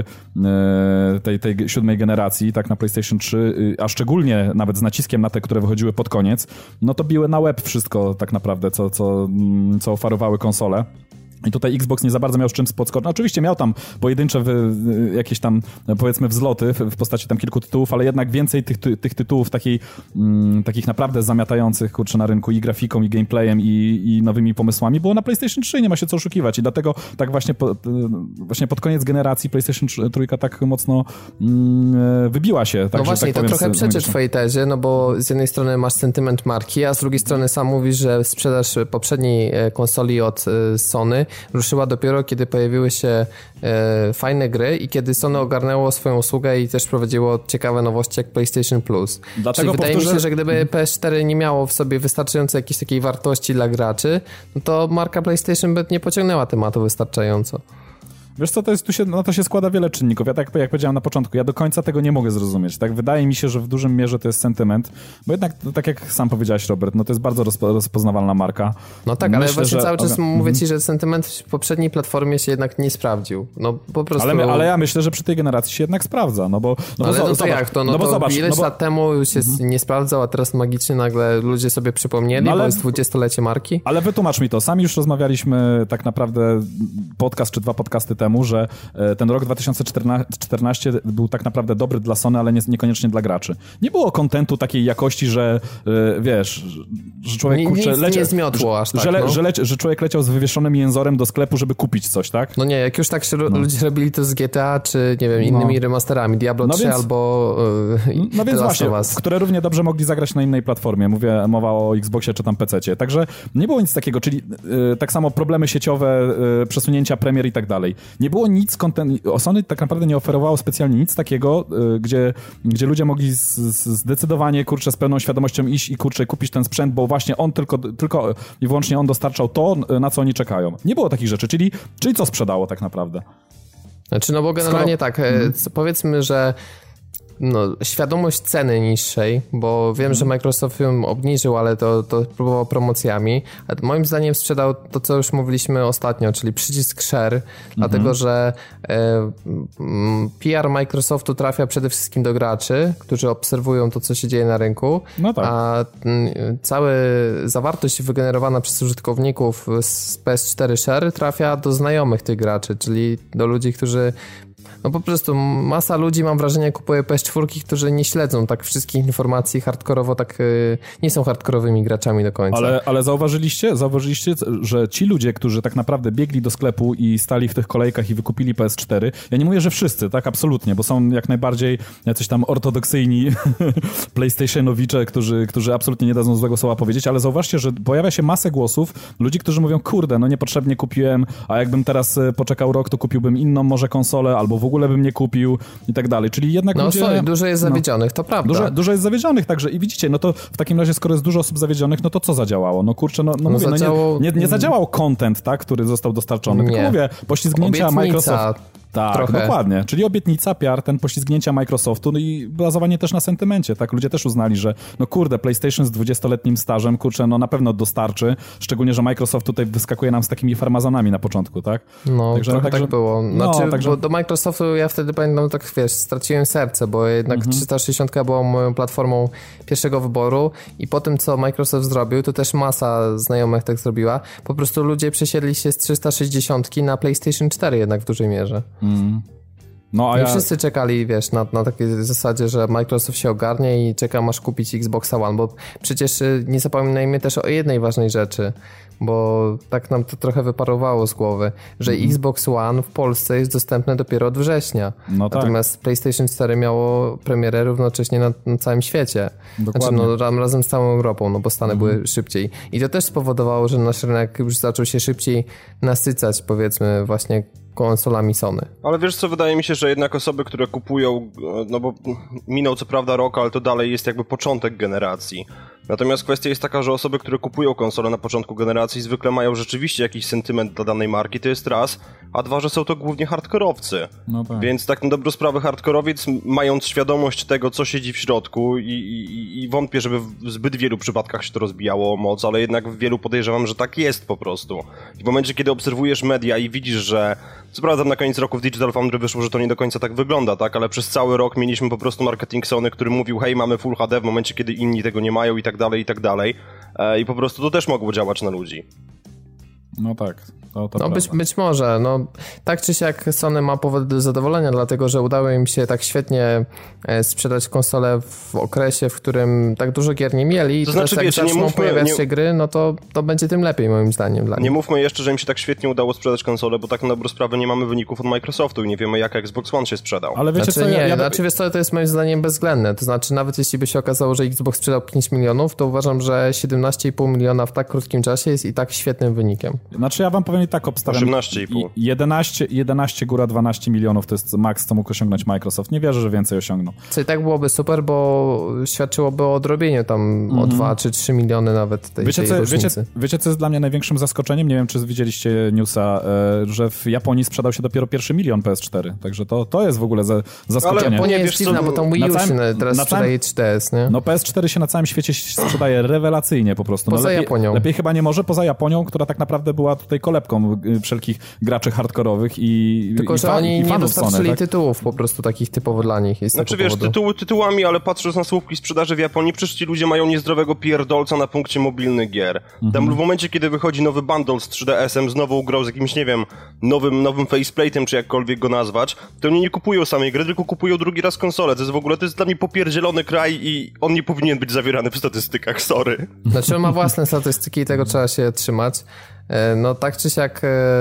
tej, tej siódmej generacji, tak na PlayStation trzy, a szczególnie nawet z naciskiem na te, które wychodziły pod koniec, no to biły na łeb wszystko tak naprawdę, co, co, co oferowały konsole. I tutaj Xbox nie za bardzo miał z czym podskoczyć. No, oczywiście miał tam pojedyncze wy, jakieś tam, powiedzmy, wzloty w, w postaci tam kilku tytułów, ale jednak więcej tych, ty, tych tytułów takiej, mm, takich naprawdę zamiatających, kurczę, na rynku i grafiką, i gameplayem, i, i nowymi pomysłami było na PlayStation trzy, nie ma się co oszukiwać. I dlatego tak właśnie, po, właśnie pod koniec generacji PlayStation trzy tak mocno mm, wybiła się. Tak, no właśnie, tak to powiem, trochę przeczy twojej tezie, no bo z jednej strony masz sentyment marki, a z drugiej strony sam mówisz, że sprzedaż poprzedniej konsoli od Sony ruszyła dopiero, kiedy pojawiły się e, fajne gry i kiedy Sony ogarnęło swoją usługę i też prowadziło ciekawe nowości jak PlayStation Plus. Dlatego Czyli wydaje powtórzę... mi się, że gdyby P S cztery nie miało w sobie wystarczającej jakiejś takiej wartości dla graczy, no to marka PlayStation by nie pociągnęła tematu wystarczająco. Wiesz co, to jest, tu się, no to się składa wiele czynników. Ja tak jak powiedziałem na początku, ja do końca tego nie mogę zrozumieć. Tak? Wydaje mi się, że w dużym mierze to jest sentyment, bo jednak, no, tak jak sam powiedziałeś, Robert, no to jest bardzo rozpo, rozpoznawalna marka. No tak, Myślę, ale właśnie że... cały czas okay. mówię ci, mm-hmm. że sentyment w poprzedniej platformie się jednak nie sprawdził. No po prostu... Ale, ale ja myślę, że przy tej generacji się jednak sprawdza, no bo... No ale bo no to zobacz, jak to? No, no to bo zobacz, ileś no bo... lat temu już się mm-hmm. nie sprawdzał, a teraz magicznie nagle ludzie sobie przypomnieli, no ale... bo jest dwudziestolecie marki. Ale wytłumacz mi to. Sami już rozmawialiśmy tak naprawdę podcast czy dwa podcasty temu, że ten rok dwa tysiące czternasty był tak naprawdę dobry dla Sony, ale nie, niekoniecznie dla graczy. Nie było kontentu takiej jakości, że wiesz, że człowiek kurczę, nic leciał, nie zmiotło aż tak, że, le, no. że, leci, że człowiek leciał z wywieszonym jęzorem do sklepu, żeby kupić coś, tak? No nie, jak już tak się no. ludzie robili to z G T A, czy nie wiem, innymi no. remasterami, Diablo no trzy więc, albo yy, no więc właśnie, które równie dobrze mogli zagrać na innej platformie. Mówię, mowa o Xboxie czy tam pececie. Także nie było nic takiego, czyli yy, tak samo problemy sieciowe, yy, przesunięcia premier i tak dalej. Nie było nic, konten- Sony tak naprawdę nie oferowało specjalnie nic takiego, yy, gdzie, gdzie ludzie mogli z, z, zdecydowanie, kurczę, z pełną świadomością iść i kurczę, kupić ten sprzęt, bo właśnie on tylko, tylko i wyłącznie on dostarczał to, na co oni czekają. Nie było takich rzeczy, czyli, czyli co sprzedało tak naprawdę? Znaczy, no bo generalnie Skoro... tak, hmm. powiedzmy, że no, świadomość ceny niższej, bo wiem, hmm. że Microsoft ją obniżył, ale to, to próbował promocjami. A moim zdaniem sprzedał to, co już mówiliśmy ostatnio, czyli przycisk share, hmm. dlatego, że e, P R Microsoftu trafia przede wszystkim do graczy, którzy obserwują to, co się dzieje na rynku, no tak. a m, cała zawartość wygenerowana przez użytkowników z P S cztery share trafia do znajomych tych graczy, czyli do ludzi, którzy no po prostu masa ludzi, mam wrażenie, kupuje P S cztery, którzy nie śledzą tak wszystkich informacji hardkorowo, tak yy, nie są hardkorowymi graczami do końca. Ale, ale zauważyliście, zauważyliście, że ci ludzie, którzy tak naprawdę biegli do sklepu i stali w tych kolejkach i wykupili P S cztery, ja nie mówię, że wszyscy, tak, absolutnie, bo są jak najbardziej jacyś tam ortodoksyjni PlayStationowicze, którzy, którzy absolutnie nie dadzą złego słowa powiedzieć, ale zauważcie, że pojawia się masę głosów ludzi, którzy mówią, kurde, no niepotrzebnie kupiłem, a jakbym teraz poczekał rok, to kupiłbym inną może konsolę, albo w ogóle bym nie kupił i tak dalej, czyli jednak no, ludzie... No dużo jest zawiedzionych, no, to prawda. Dużo, dużo jest zawiedzionych, także i widzicie, no to w takim razie, skoro jest dużo osób zawiedzionych, no to co zadziałało? No kurczę, no, no, no mówię, zadziało... no nie, nie, nie zadziałał content, tak, który został dostarczony, nie. tylko mówię, poślizgnięcia Obietnica. Microsoft... Tak, trochę. Dokładnie. Czyli obietnica, P R, ten poślizgnięcia Microsoftu, no i bazowanie też na sentymencie, tak? Ludzie też uznali, że no kurde, PlayStation z dwudziestoletnim stażem, kurczę, no na pewno dostarczy, szczególnie, że Microsoft tutaj wyskakuje nam z takimi farmazonami na początku, tak? No, także, trochę także, tak było. Znaczy, no, także... bo do Microsoftu ja wtedy pamiętam, tak wiesz, straciłem serce, bo jednak mhm. trzysta sześćdziesiąt była moją platformą pierwszego wyboru i po tym, co Microsoft zrobił, to też masa znajomych tak zrobiła, po prostu ludzie przesiedli się z trzysta sześćdziesiąt na PlayStation cztery jednak w dużej mierze. Mm. No, a I ja... wszyscy czekali, wiesz, na, na takiej zasadzie, że Microsoft się ogarnie i czeka, masz kupić Xboxa One, bo przecież nie zapominajmy też o jednej ważnej rzeczy, bo tak nam to trochę wyparowało z głowy, że mm. Xbox One w Polsce jest dostępny dopiero od września. No tak. Natomiast PlayStation cztery miało premierę równocześnie na, na całym świecie. Dokładnie. Znaczy, no, razem z całą Europą, no bo Stany mm. były szybciej. I to też spowodowało, że nasz rynek już zaczął się szybciej nasycać, powiedzmy, właśnie konsolami Sony. Ale wiesz co, wydaje mi się, że jednak osoby, które kupują, no bo minął co prawda rok, ale to dalej jest jakby początek generacji. Natomiast kwestia jest taka, że osoby, które kupują konsolę na początku generacji zwykle mają rzeczywiście jakiś sentyment dla danej marki, to jest raz, a dwa, że są to głównie hardkorowcy. No tak. Więc tak na dobrą sprawę hardkorowiec, mając świadomość tego, co siedzi w środku i, i, i wątpię, żeby w zbyt wielu przypadkach się to rozbijało o moc, ale jednak w wielu podejrzewam, że tak jest po prostu. I w momencie, kiedy obserwujesz media i widzisz, że co prawda na koniec roku w Digital Foundry wyszło, że to nie do końca tak wygląda, tak, ale przez cały rok mieliśmy po prostu marketing Sony, który mówił, hej, mamy Full H D w momencie, kiedy inni tego nie mają i tak dalej, i tak dalej. I po prostu to też mogło działać na ludzi. No tak, to, to no być, być może, no tak czy siak Sony ma powód do zadowolenia, dlatego że udało im się tak świetnie sprzedać konsolę w okresie, w którym tak dużo gier nie mieli i to teraz znaczy, jak wiecie, zaczną nie mówmy, pojawiać nie... się gry, no to, to będzie tym lepiej moim zdaniem dla nich. Nie mówmy jeszcze, że im się tak świetnie udało sprzedać konsolę, bo tak na dobrą sprawę nie mamy wyników od Microsoftu i nie wiemy, jak Xbox One się sprzedał. Ale wiecie znaczy, co, nie, ja... znaczy wiesz co, to jest moim zdaniem bezwzględne, to znaczy nawet jeśli by się okazało, że Xbox sprzedał pięć milionów, to uważam, że siedemnaście i pół miliona w tak krótkim czasie jest i tak świetnym wynikiem. Znaczy ja wam powiem tak, obstawiam osiemnaście i pół. jedenaście, jedenaście góra dwanaście milionów to jest maks, co mógł osiągnąć Microsoft. Nie wierzę, że więcej osiągną. Czyli tak byłoby super, bo świadczyłoby o odrobieniu tam mm. o dwa czy trzy miliony nawet tej, wiecie, tej co, różnicy. Wiecie, wiecie, co jest dla mnie największym zaskoczeniem? Nie wiem, czy widzieliście newsa, że w Japonii sprzedał się dopiero pierwszy milion P S cztery. Także to, to jest w ogóle za, zaskoczenie. Ale Japonia jest dziwna, bo tam Wii U całym, się teraz sprzedaje trzy D S, nie? No P S cztery się na całym świecie sprzedaje rewelacyjnie po prostu. No, poza lepiej, Japonią. Lepiej chyba nie może, poza Japonią, która tak naprawdę była tutaj kolebką wszelkich graczy hardkorowych i Tylko, i że fa- oni i nie dostarczyli Sony, tak? tytułów po prostu takich typowo dla nich. Jest znaczy wiesz, powodu. tytuły tytułami, ale patrząc na słupki sprzedaży w Japonii, przecież ci ludzie mają niezdrowego pierdolca na punkcie mobilnych gier. Mhm. Tam w momencie, kiedy wychodzi nowy bundle z trzy D S-em, z nową grą, z jakimś, nie wiem, nowym, nowym faceplate'em, czy jakkolwiek go nazwać, to oni nie kupują samej gry, tylko kupują drugi raz konsolę. To jest w ogóle, to jest dla mnie popierdzielony kraj i on nie powinien być zawierany w statystykach, sorry. Znaczy on ma własne statystyki i tego trzeba się trzymać. No tak czy siak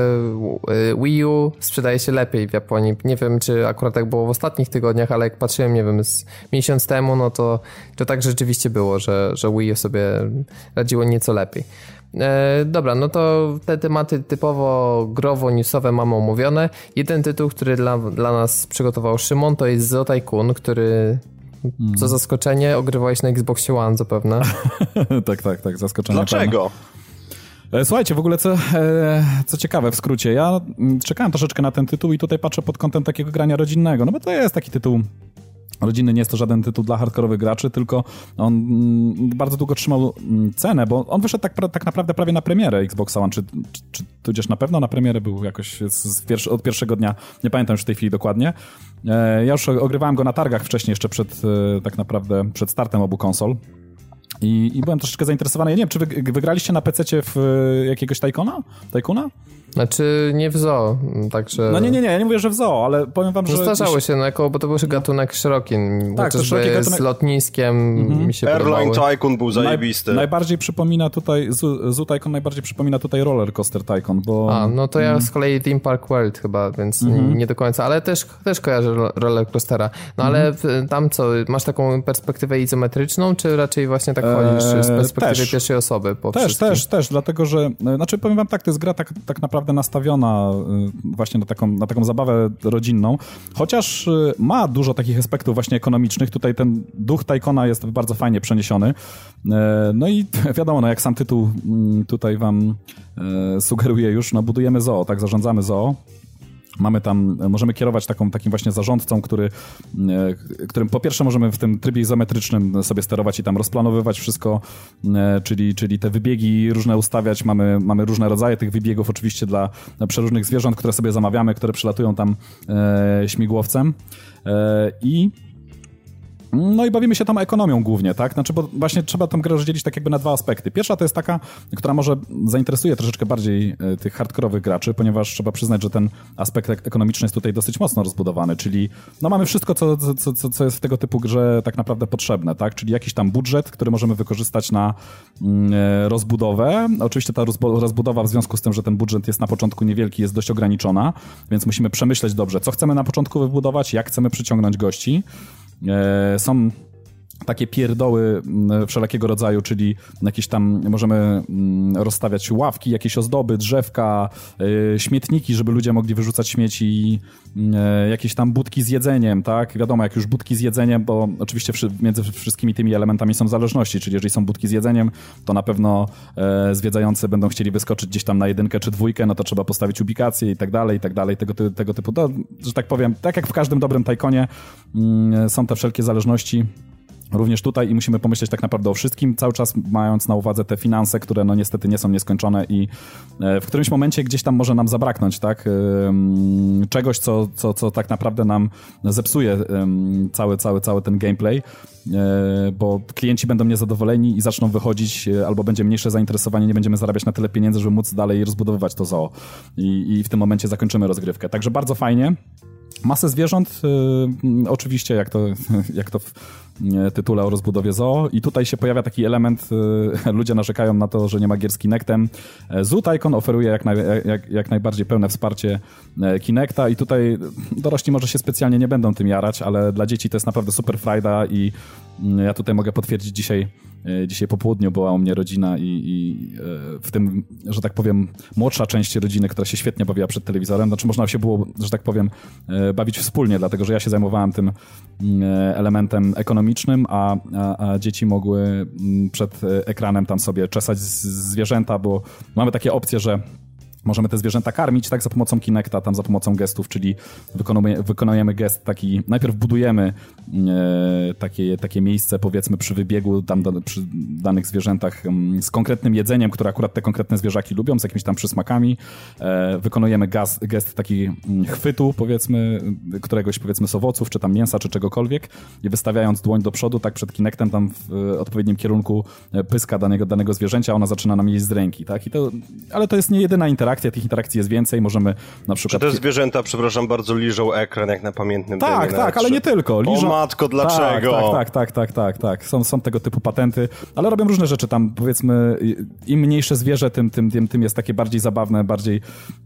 Wii U sprzedaje się lepiej w Japonii. Nie wiem, czy akurat tak było w ostatnich tygodniach, ale jak patrzyłem, nie wiem, z miesiąc temu, no to, to tak rzeczywiście było, że, że Wii U sobie radziło nieco lepiej. E, dobra, no to te tematy typowo growo-newsowe mamy omówione. Jeden tytuł, który dla, dla nas przygotował Szymon, to jest Zoo Tycoon, który... Hmm. Co zaskoczenie, ogrywałeś na Xboxie One zapewne. tak, tak, tak, zaskoczenie. Dlaczego? Pewne. Słuchajcie, w ogóle co, co ciekawe w skrócie, ja czekałem troszeczkę na ten tytuł i tutaj patrzę pod kątem takiego grania rodzinnego, no bo to jest taki tytuł rodzinny, nie jest to żaden tytuł dla hardkorowych graczy, tylko on bardzo długo trzymał cenę, bo on wyszedł tak, tak naprawdę prawie na premierę Xboxa One, czy, czy, czy tudzież na pewno na premierę był jakoś z pierwszy, od pierwszego dnia, nie pamiętam już w tej chwili dokładnie. Ja już ogrywałem go na targach wcześniej, jeszcze przed tak naprawdę przed startem obu konsol. I, I byłem troszeczkę zainteresowany. Ja nie wiem, czy wy, wygraliście na pececie w jakiegoś Tycoona? Tycoona? Znaczy nie w zoo, także... No nie, nie, nie, ja nie mówię, że w zoo, ale powiem wam, że... Zdarzało się, no jako, bo to był gatunek szeroki. Tak, to szeroki gatunek... z lotniskiem mm-hmm. mi się Airline podobały. Tycoon był zajebisty. Naj, najbardziej przypomina tutaj, Zoo Tycoon najbardziej przypomina tutaj Roller Coaster Tycoon, bo... A, no to ja mm. z kolei Theme Park World chyba, więc mm-hmm. nie do końca, ale też, też kojarzę Roller Coastera. No mm-hmm. ale tam co, masz taką perspektywę izometryczną, czy raczej właśnie tak chodzisz eee, z perspektywy też. pierwszej osoby po Też, wszystkim? też, też, dlatego że, znaczy powiem wam tak, to jest gra tak, tak naprawdę nastawiona właśnie na taką, na taką zabawę rodzinną, chociaż ma dużo takich aspektów właśnie ekonomicznych. Tutaj ten duch Tycoona jest bardzo fajnie przeniesiony. No i wiadomo, no jak sam tytuł tutaj wam sugeruje już, no budujemy zoo, tak, zarządzamy zoo. Mamy tam, możemy kierować taką, takim właśnie zarządcą, który, którym po pierwsze możemy w tym trybie izometrycznym sobie sterować i tam rozplanowywać wszystko, czyli, czyli te wybiegi różne ustawiać. Mamy, mamy różne rodzaje tych wybiegów oczywiście dla przeróżnych zwierząt, które sobie zamawiamy, które przylatują tam e, śmigłowcem e, i no i bawimy się tam ekonomią głównie, tak? Znaczy, bo właśnie trzeba tą grę rozdzielić tak jakby na dwa aspekty. Pierwsza to jest taka, która może zainteresuje troszeczkę bardziej e, tych hardkorowych graczy, ponieważ trzeba przyznać, że ten aspekt ekonomiczny jest tutaj dosyć mocno rozbudowany, czyli no mamy wszystko, co, co, co, co jest w tego typu grze tak naprawdę potrzebne, tak? Czyli jakiś tam budżet, który możemy wykorzystać na mm, rozbudowę. Oczywiście ta rozbudowa w związku z tym, że ten budżet jest na początku niewielki, jest dość ograniczona, więc musimy przemyśleć dobrze, co chcemy na początku wybudować, jak chcemy przyciągnąć gości. Są takie pierdoły wszelakiego rodzaju, czyli jakieś tam możemy rozstawiać ławki, jakieś ozdoby, drzewka, śmietniki, żeby ludzie mogli wyrzucać śmieci, jakieś tam budki z jedzeniem, tak? Wiadomo, jak już budki z jedzeniem, bo oczywiście między wszystkimi tymi elementami są zależności, czyli jeżeli są budki z jedzeniem, to na pewno zwiedzający będą chcieli wyskoczyć gdzieś tam na jedynkę czy dwójkę, no to trzeba postawić ubikację i tak dalej, i tak dalej, tego, tego typu, to, że tak powiem, tak jak w każdym dobrym Tycoonie są te wszelkie zależności również tutaj i musimy pomyśleć tak naprawdę o wszystkim, cały czas mając na uwadze te finanse, które no niestety nie są nieskończone i w którymś momencie gdzieś tam może nam zabraknąć, tak, czegoś, co, co, co tak naprawdę nam zepsuje cały, cały, cały ten gameplay, bo klienci będą niezadowoleni i zaczną wychodzić, albo będzie mniejsze zainteresowanie, nie będziemy zarabiać na tyle pieniędzy, żeby móc dalej rozbudowywać to zoo i, i w tym momencie zakończymy rozgrywkę. Także bardzo fajnie. Masę zwierząt, y, oczywiście, jak to, jak to w y, tytule o rozbudowie zoo. I tutaj się pojawia taki element, y, ludzie narzekają na to, że nie ma gier z Kinectem. Zoo Tycoon oferuje jak, naj, jak, jak najbardziej pełne wsparcie Kinecta i tutaj dorośli może się specjalnie nie będą tym jarać, ale dla dzieci to jest naprawdę super frajda i y, ja tutaj mogę potwierdzić dzisiaj dzisiaj po południu była u mnie rodzina i, i w tym, że tak powiem, młodsza część rodziny, która się świetnie bawiła przed telewizorem, znaczy można się było, że tak powiem, bawić wspólnie, dlatego że ja się zajmowałem tym elementem ekonomicznym, a, a, a dzieci mogły przed ekranem tam sobie czesać zwierzęta, bo mamy takie opcje, że możemy te zwierzęta karmić, tak, za pomocą Kinecta, tam za pomocą gestów, czyli wykonujemy, wykonujemy gest taki, najpierw budujemy e, takie, takie miejsce, powiedzmy, przy wybiegu, tam da, przy danych zwierzętach m, z konkretnym jedzeniem, które akurat te konkretne zwierzaki lubią, z jakimiś tam przysmakami. E, wykonujemy gaz, gest taki m, chwytu, powiedzmy, któregoś, powiedzmy, z owoców, czy tam mięsa, czy czegokolwiek i wystawiając dłoń do przodu, tak, przed Kinectem, tam w e, odpowiednim kierunku pyska danego, danego zwierzęcia, ona zaczyna nam jeść z ręki, tak, i to, ale to jest nie jedyna interakcja, tych interakcji jest więcej, możemy na przykład... Czy te zwierzęta, przepraszam bardzo, liżą ekran jak na pamiętnym Tak, dymie, tak, ale nie tylko. Liżą... O matko, dlaczego? Tak, tak, tak, tak, tak, tak. Są, są tego typu patenty, ale robią różne rzeczy tam, powiedzmy, im mniejsze zwierzę, tym, tym, tym, tym jest takie bardziej zabawne, bardziej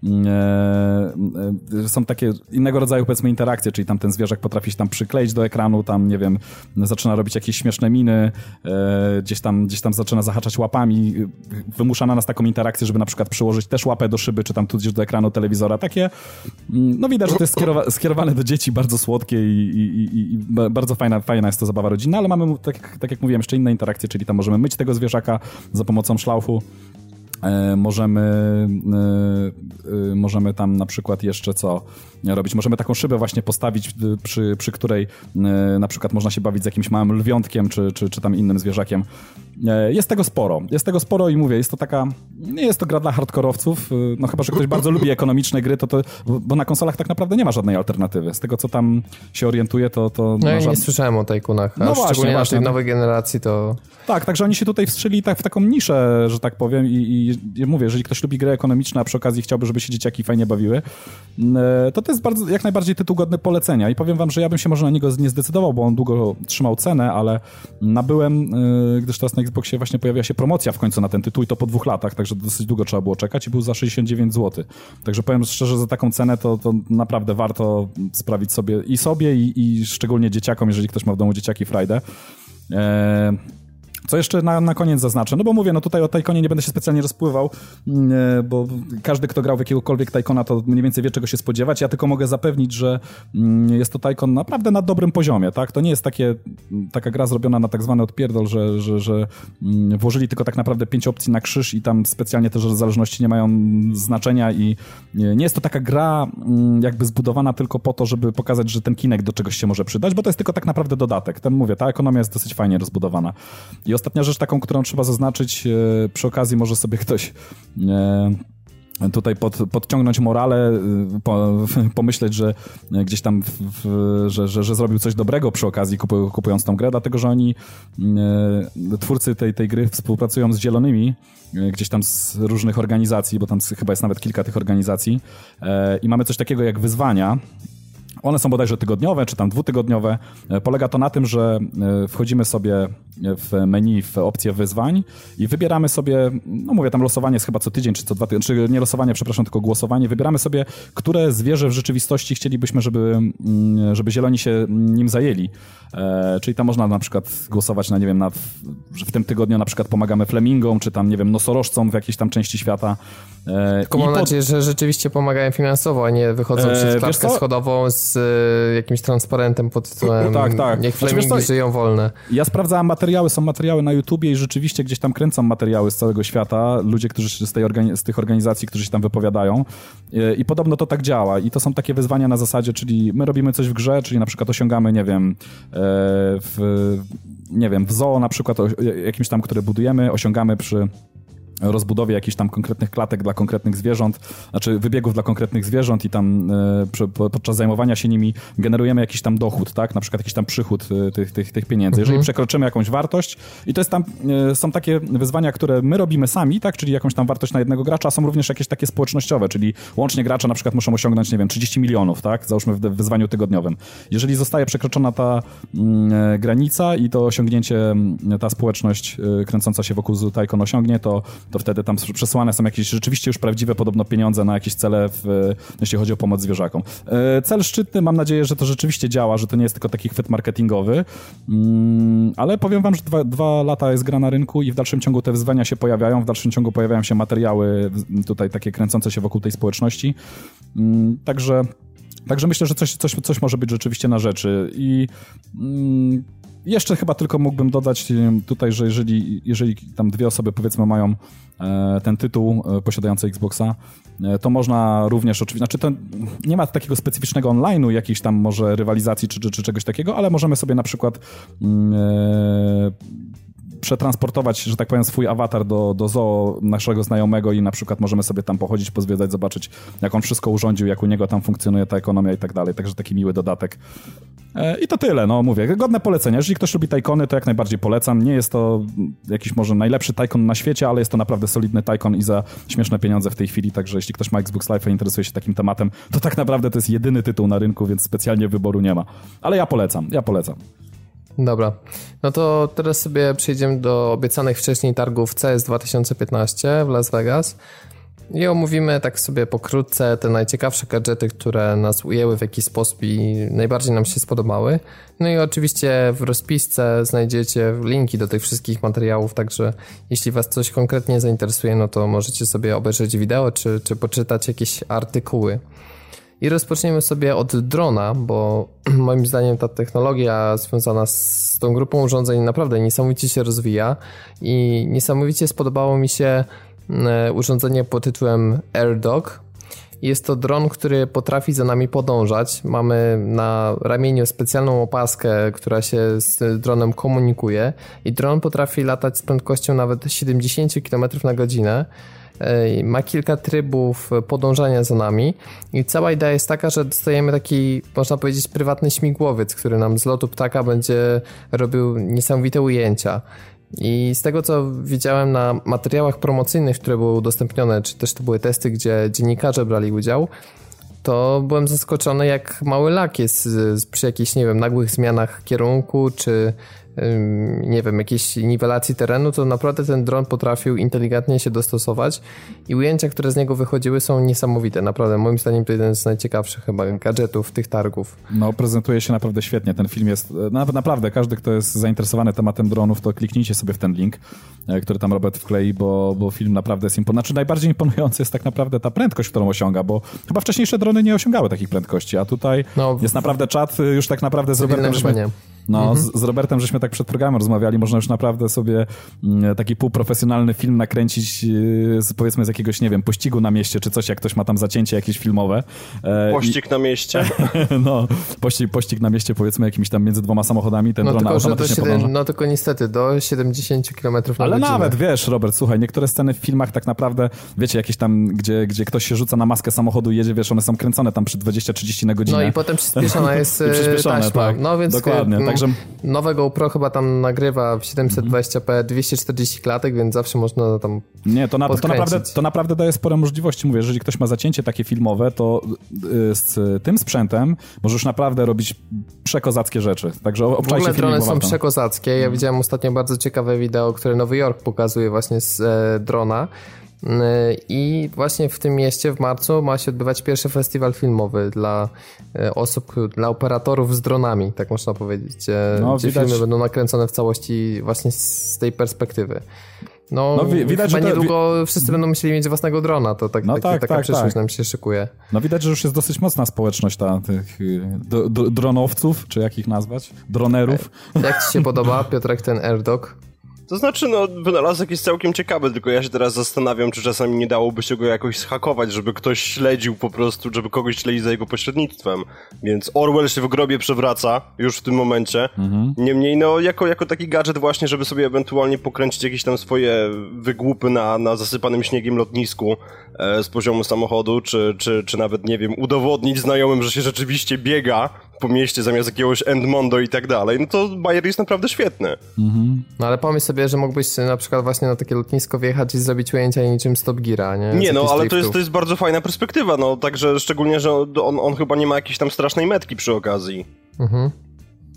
e, e, są takie innego rodzaju, powiedzmy, interakcje, czyli tam ten zwierzak potrafi się tam przykleić do ekranu, tam, nie wiem, zaczyna robić jakieś śmieszne miny, e, gdzieś tam, gdzieś tam zaczyna zahaczać łapami, wymusza na nas taką interakcję, żeby na przykład przyłożyć też łapę do szyby, czy tam tudzież do ekranu telewizora. Takie, no widać, że to jest skierowa- skierowane do dzieci, bardzo słodkie i, i, i, i bardzo fajna, fajna jest to zabawa rodzinna, ale mamy, tak, tak jak mówiłem, jeszcze inne interakcje, czyli tam możemy myć tego zwierzaka za pomocą szlaufu. E, możemy e, e, możemy tam na przykład jeszcze co robić? Możemy taką szybę właśnie postawić, przy, przy której e, na przykład można się bawić z jakimś małym lwiątkiem, czy, czy, czy tam innym zwierzakiem. E, jest tego sporo. Jest tego sporo i mówię, jest to taka, nie jest to gra dla hardkorowców, no chyba, że ktoś bardzo lubi ekonomiczne gry, to, to bo na konsolach tak naprawdę nie ma żadnej alternatywy. Z tego, co tam się orientuje, to... to no ja żad... nie słyszałem o Tajkunach, a no szczególnie właśnie, na właśnie. tej nowej generacji to... Tak, także oni się tutaj wstrzeli tak w taką niszę, że tak powiem i, i i mówię, jeżeli ktoś lubi gry ekonomiczne, a przy okazji chciałby, żeby się dzieciaki fajnie bawiły, to to jest bardzo, jak najbardziej tytuł godny polecenia i powiem wam, że ja bym się może na niego nie zdecydował, bo on długo trzymał cenę, ale nabyłem, gdyż teraz na Xboxie właśnie pojawiła się promocja w końcu na ten tytuł i to po dwóch latach, także dosyć długo trzeba było czekać i był za sześćdziesiąt dziewięć złotych. Także powiem szczerze, za taką cenę to, to naprawdę warto sprawić sobie i sobie i, i szczególnie dzieciakom, jeżeli ktoś ma w domu dzieciaki, frajdę. Eee... Co jeszcze na, na koniec zaznaczę? No bo mówię, no tutaj o Tajkonie nie będę się specjalnie rozpływał, bo każdy, kto grał w jakiegokolwiek Tajkona, to mniej więcej wie, czego się spodziewać. Ja tylko mogę zapewnić, że jest to Tajkon naprawdę na dobrym poziomie, tak? To nie jest takie, taka gra zrobiona na tak zwany odpierdol, że, że, że włożyli tylko tak naprawdę pięć opcji na krzyż i tam specjalnie też zależności nie mają znaczenia i nie jest to taka gra jakby zbudowana tylko po to, żeby pokazać, że ten Kinect do czegoś się może przydać, bo to jest tylko tak naprawdę dodatek. Ten, mówię, ta ekonomia jest dosyć fajnie rozbudowana. I ostatnia rzecz taką, którą trzeba zaznaczyć, e, przy okazji może sobie ktoś e, tutaj pod, podciągnąć morale, e, po, pomyśleć, że gdzieś tam, w, w, że, że, że zrobił coś dobrego przy okazji kupuj, kupując tą grę, dlatego, że oni, e, twórcy tej, tej gry współpracują z Zielonymi, e, gdzieś tam z różnych organizacji, bo tam chyba jest nawet kilka tych organizacji e, i mamy coś takiego jak wyzwania. One są bodajże tygodniowe, czy tam dwutygodniowe. Polega to na tym, że wchodzimy sobie w menu, w opcję wyzwań i wybieramy sobie, no mówię, tam losowanie jest chyba co tydzień, czy co dwa tygodnie, czy nie losowanie, przepraszam, tylko głosowanie. Wybieramy sobie, które zwierzę w rzeczywistości chcielibyśmy, żeby, żeby zieloni się nim zajęli. E, czyli tam można na przykład głosować na, nie wiem, na, że w tym tygodniu na przykład pomagamy flemingom, czy tam, nie wiem, nosorożcom w jakiejś tam części świata. E, Tylko mam pod... nadzieję, że rzeczywiście pomagają finansowo, a nie wychodzą e, przez klatkę schodową z e, jakimś transparentem pod tytułem tak, tak. niech flemingi znaczy, żyją wolne. Ja sprawdzałem materiały, są materiały na YouTubie i rzeczywiście gdzieś tam kręcą materiały z całego świata, ludzie, którzy z, tej organi- z tych organizacji, którzy się tam wypowiadają e, i podobno to tak działa i to są takie wyzwania na zasadzie, czyli my robimy coś w grze, czyli na przykład osiągamy, nie wiem, e, w, nie wiem, w zoo na przykład o, jakimś tam, które budujemy, osiągamy przy rozbudowie jakichś tam konkretnych klatek dla konkretnych zwierząt, znaczy wybiegów dla konkretnych zwierząt i tam e, przy, podczas zajmowania się nimi generujemy jakiś tam dochód, tak, na przykład jakiś tam przychód e, tych, tych, tych pieniędzy. Jeżeli mhm. przekroczymy jakąś wartość i to jest tam, e, są takie wyzwania, które my robimy sami, tak, czyli jakąś tam wartość na jednego gracza, a są również jakieś takie społecznościowe, czyli łącznie gracze na przykład muszą osiągnąć, nie wiem, trzydzieści milionów, tak, załóżmy w wyzwaniu tygodniowym. Jeżeli zostaje przekroczona ta e, granica i to osiągnięcie, ta społeczność e, kręcąca się wokół Tajkon osiągnie, to to wtedy tam przesyłane są jakieś rzeczywiście już prawdziwe podobno pieniądze na jakieś cele, w, jeśli chodzi o pomoc zwierzakom. Cel szczytny, mam nadzieję, że to rzeczywiście działa, że to nie jest tylko taki chwyt marketingowy, mm, ale powiem wam, że dwa, dwa lata jest gra na rynku i w dalszym ciągu te wyzwania się pojawiają, w dalszym ciągu pojawiają się materiały tutaj takie kręcące się wokół tej społeczności, mm, także Także myślę, że coś, coś, coś może być rzeczywiście na rzeczy i mm, jeszcze chyba tylko mógłbym dodać tutaj, że jeżeli, jeżeli tam dwie osoby powiedzmy mają e, ten tytuł e, posiadające Xboxa, e, to można również oczywiście, znaczy to nie ma takiego specyficznego online'u, jakiejś tam może rywalizacji czy, czy, czy czegoś takiego, ale możemy sobie na przykład mm, e, przetransportować, że tak powiem, swój awatar do, do zoo naszego znajomego i na przykład możemy sobie tam pochodzić, pozwiedzać, zobaczyć, jak on wszystko urządził, jak u niego tam funkcjonuje ta ekonomia i tak dalej. Także taki miły dodatek. I to tyle, no mówię, godne polecenia. Jeżeli ktoś lubi tajkony, to jak najbardziej polecam. Nie jest to jakiś może najlepszy tajkon na świecie, ale jest to naprawdę solidny tajkon i za śmieszne pieniądze w tej chwili, także jeśli ktoś ma Xbox Live i interesuje się takim tematem, to tak naprawdę to jest jedyny tytuł na rynku, więc specjalnie wyboru nie ma. Ale ja polecam, ja polecam. Dobra, no to teraz sobie przejdziemy do obiecanych wcześniej targów C E S dwa tysiące piętnaście w Las Vegas i omówimy tak sobie pokrótce te najciekawsze gadżety, które nas ujęły w jakiś sposób i najbardziej nam się spodobały. No i oczywiście w rozpisce znajdziecie linki do tych wszystkich materiałów, także jeśli was coś konkretnie zainteresuje, no to możecie sobie obejrzeć wideo czy, czy poczytać jakieś artykuły. I rozpoczniemy sobie od drona, bo moim zdaniem ta technologia związana z tą grupą urządzeń naprawdę niesamowicie się rozwija i niesamowicie spodobało mi się urządzenie pod tytułem AirDog. Jest to dron, który potrafi za nami podążać. Mamy na ramieniu specjalną opaskę, która się z dronem komunikuje i dron potrafi latać z prędkością nawet siedemdziesiąt kilometrów na godzinę. Ma kilka trybów podążania za nami i cała idea jest taka, że dostajemy taki, można powiedzieć, prywatny śmigłowiec, który nam z lotu ptaka będzie robił niesamowite ujęcia. I z tego, co widziałem na materiałach promocyjnych, które były udostępnione, czy też to były testy, gdzie dziennikarze brali udział, to byłem zaskoczony, jak mały lak jest przy jakichś, nie wiem, nagłych zmianach kierunku, czy nie wiem, jakiejś niwelacji terenu, to naprawdę ten dron potrafił inteligentnie się dostosować i ujęcia, które z niego wychodziły, są niesamowite. Naprawdę, moim zdaniem to jeden z najciekawszych chyba gadżetów tych targów. No, prezentuje się naprawdę świetnie. Ten film jest, naprawdę, każdy, kto jest zainteresowany tematem dronów, to kliknijcie sobie w ten link, który tam Robert wklei, bo, bo film naprawdę jest imponujący. Znaczy, najbardziej imponujący jest tak naprawdę ta prędkość, którą osiąga, bo chyba wcześniejsze drony nie osiągały takich prędkości, a tutaj no, jest naprawdę czat, już tak naprawdę z Robertem, żeśmy... No, mhm. z, z Robertem żeśmy tak przed programem rozmawiali, można już naprawdę sobie m, taki półprofesjonalny film nakręcić y, z, powiedzmy z jakiegoś, nie wiem, pościgu na mieście, czy coś, jak ktoś ma tam zacięcie jakieś filmowe. E, pościg i, na mieście? No, pościg, pościg na mieście, powiedzmy jakimś tam między dwoma samochodami, ten no, dron automatycznie siedem, podąża. No tylko niestety do siedemdziesiąt kilometrów na Ale godzinę. nawet, wiesz, Robert, słuchaj, niektóre sceny w filmach tak naprawdę, wiecie, jakieś tam, gdzie, gdzie ktoś się rzuca na maskę samochodu i jedzie, wiesz, one są kręcone tam przy dwadzieścia trzydzieści na godzinę. No i potem przyspieszona jest przyspieszone, taśma. tak. No więc dokładnie, no, także... nowe GoPro chyba tam nagrywa w siedemset dwadzieścia p dwieście czterdzieści klatek, więc zawsze można tam Nie, to, na, to, naprawdę, to naprawdę daje spore możliwości. Mówię, jeżeli ktoś ma zacięcie takie filmowe, to z tym sprzętem możesz naprawdę robić przekozackie rzeczy. Także obczajcie w ogóle drony są tam. przekozackie. Ja hmm. widziałem ostatnio bardzo ciekawe wideo, które Nowy Jork pokazuje właśnie z e, drona. I właśnie w tym mieście w marcu ma się odbywać pierwszy festiwal filmowy dla osób, dla operatorów z dronami, tak można powiedzieć, no, gdzie widać... filmy będą nakręcone w całości właśnie z tej perspektywy. No, no wi- widać, chyba że to... niedługo wszyscy będą musieli mieć własnego drona, to tak, no tak, tak, taka tak, przyszłość tak. nam się szykuje. No widać, że już jest dosyć mocna społeczność ta, tych d- d- dronowców, czy jak ich nazwać? Dronerów. Jak ci się podoba, Piotrek, ten AirDog? To znaczy, no, wynalazek jest całkiem ciekawy, tylko ja się teraz zastanawiam, czy czasami nie dałoby się go jakoś zhakować, żeby ktoś śledził po prostu, żeby kogoś śledzić za jego pośrednictwem. Więc Orwell się w grobie przewraca już w tym momencie. Mhm. Niemniej, no, jako, jako taki gadżet właśnie, żeby sobie ewentualnie pokręcić jakieś tam swoje wygłupy na, na zasypanym śniegiem lotnisku e, z poziomu samochodu, czy, czy, czy nawet, nie wiem, udowodnić znajomym, że się rzeczywiście biega po mieście zamiast jakiegoś Endmondo i tak dalej, no to Bayer jest naprawdę świetny. Mhm. No ale pomyśl sobie, że mógłbyś na przykład właśnie na takie lotnisko wjechać i zrobić ujęcia niczym Top Geara, nie? Nie, no ale to jest, to jest bardzo fajna perspektywa, no także szczególnie, że on, on chyba nie ma jakiejś tam strasznej metki przy okazji. Mhm.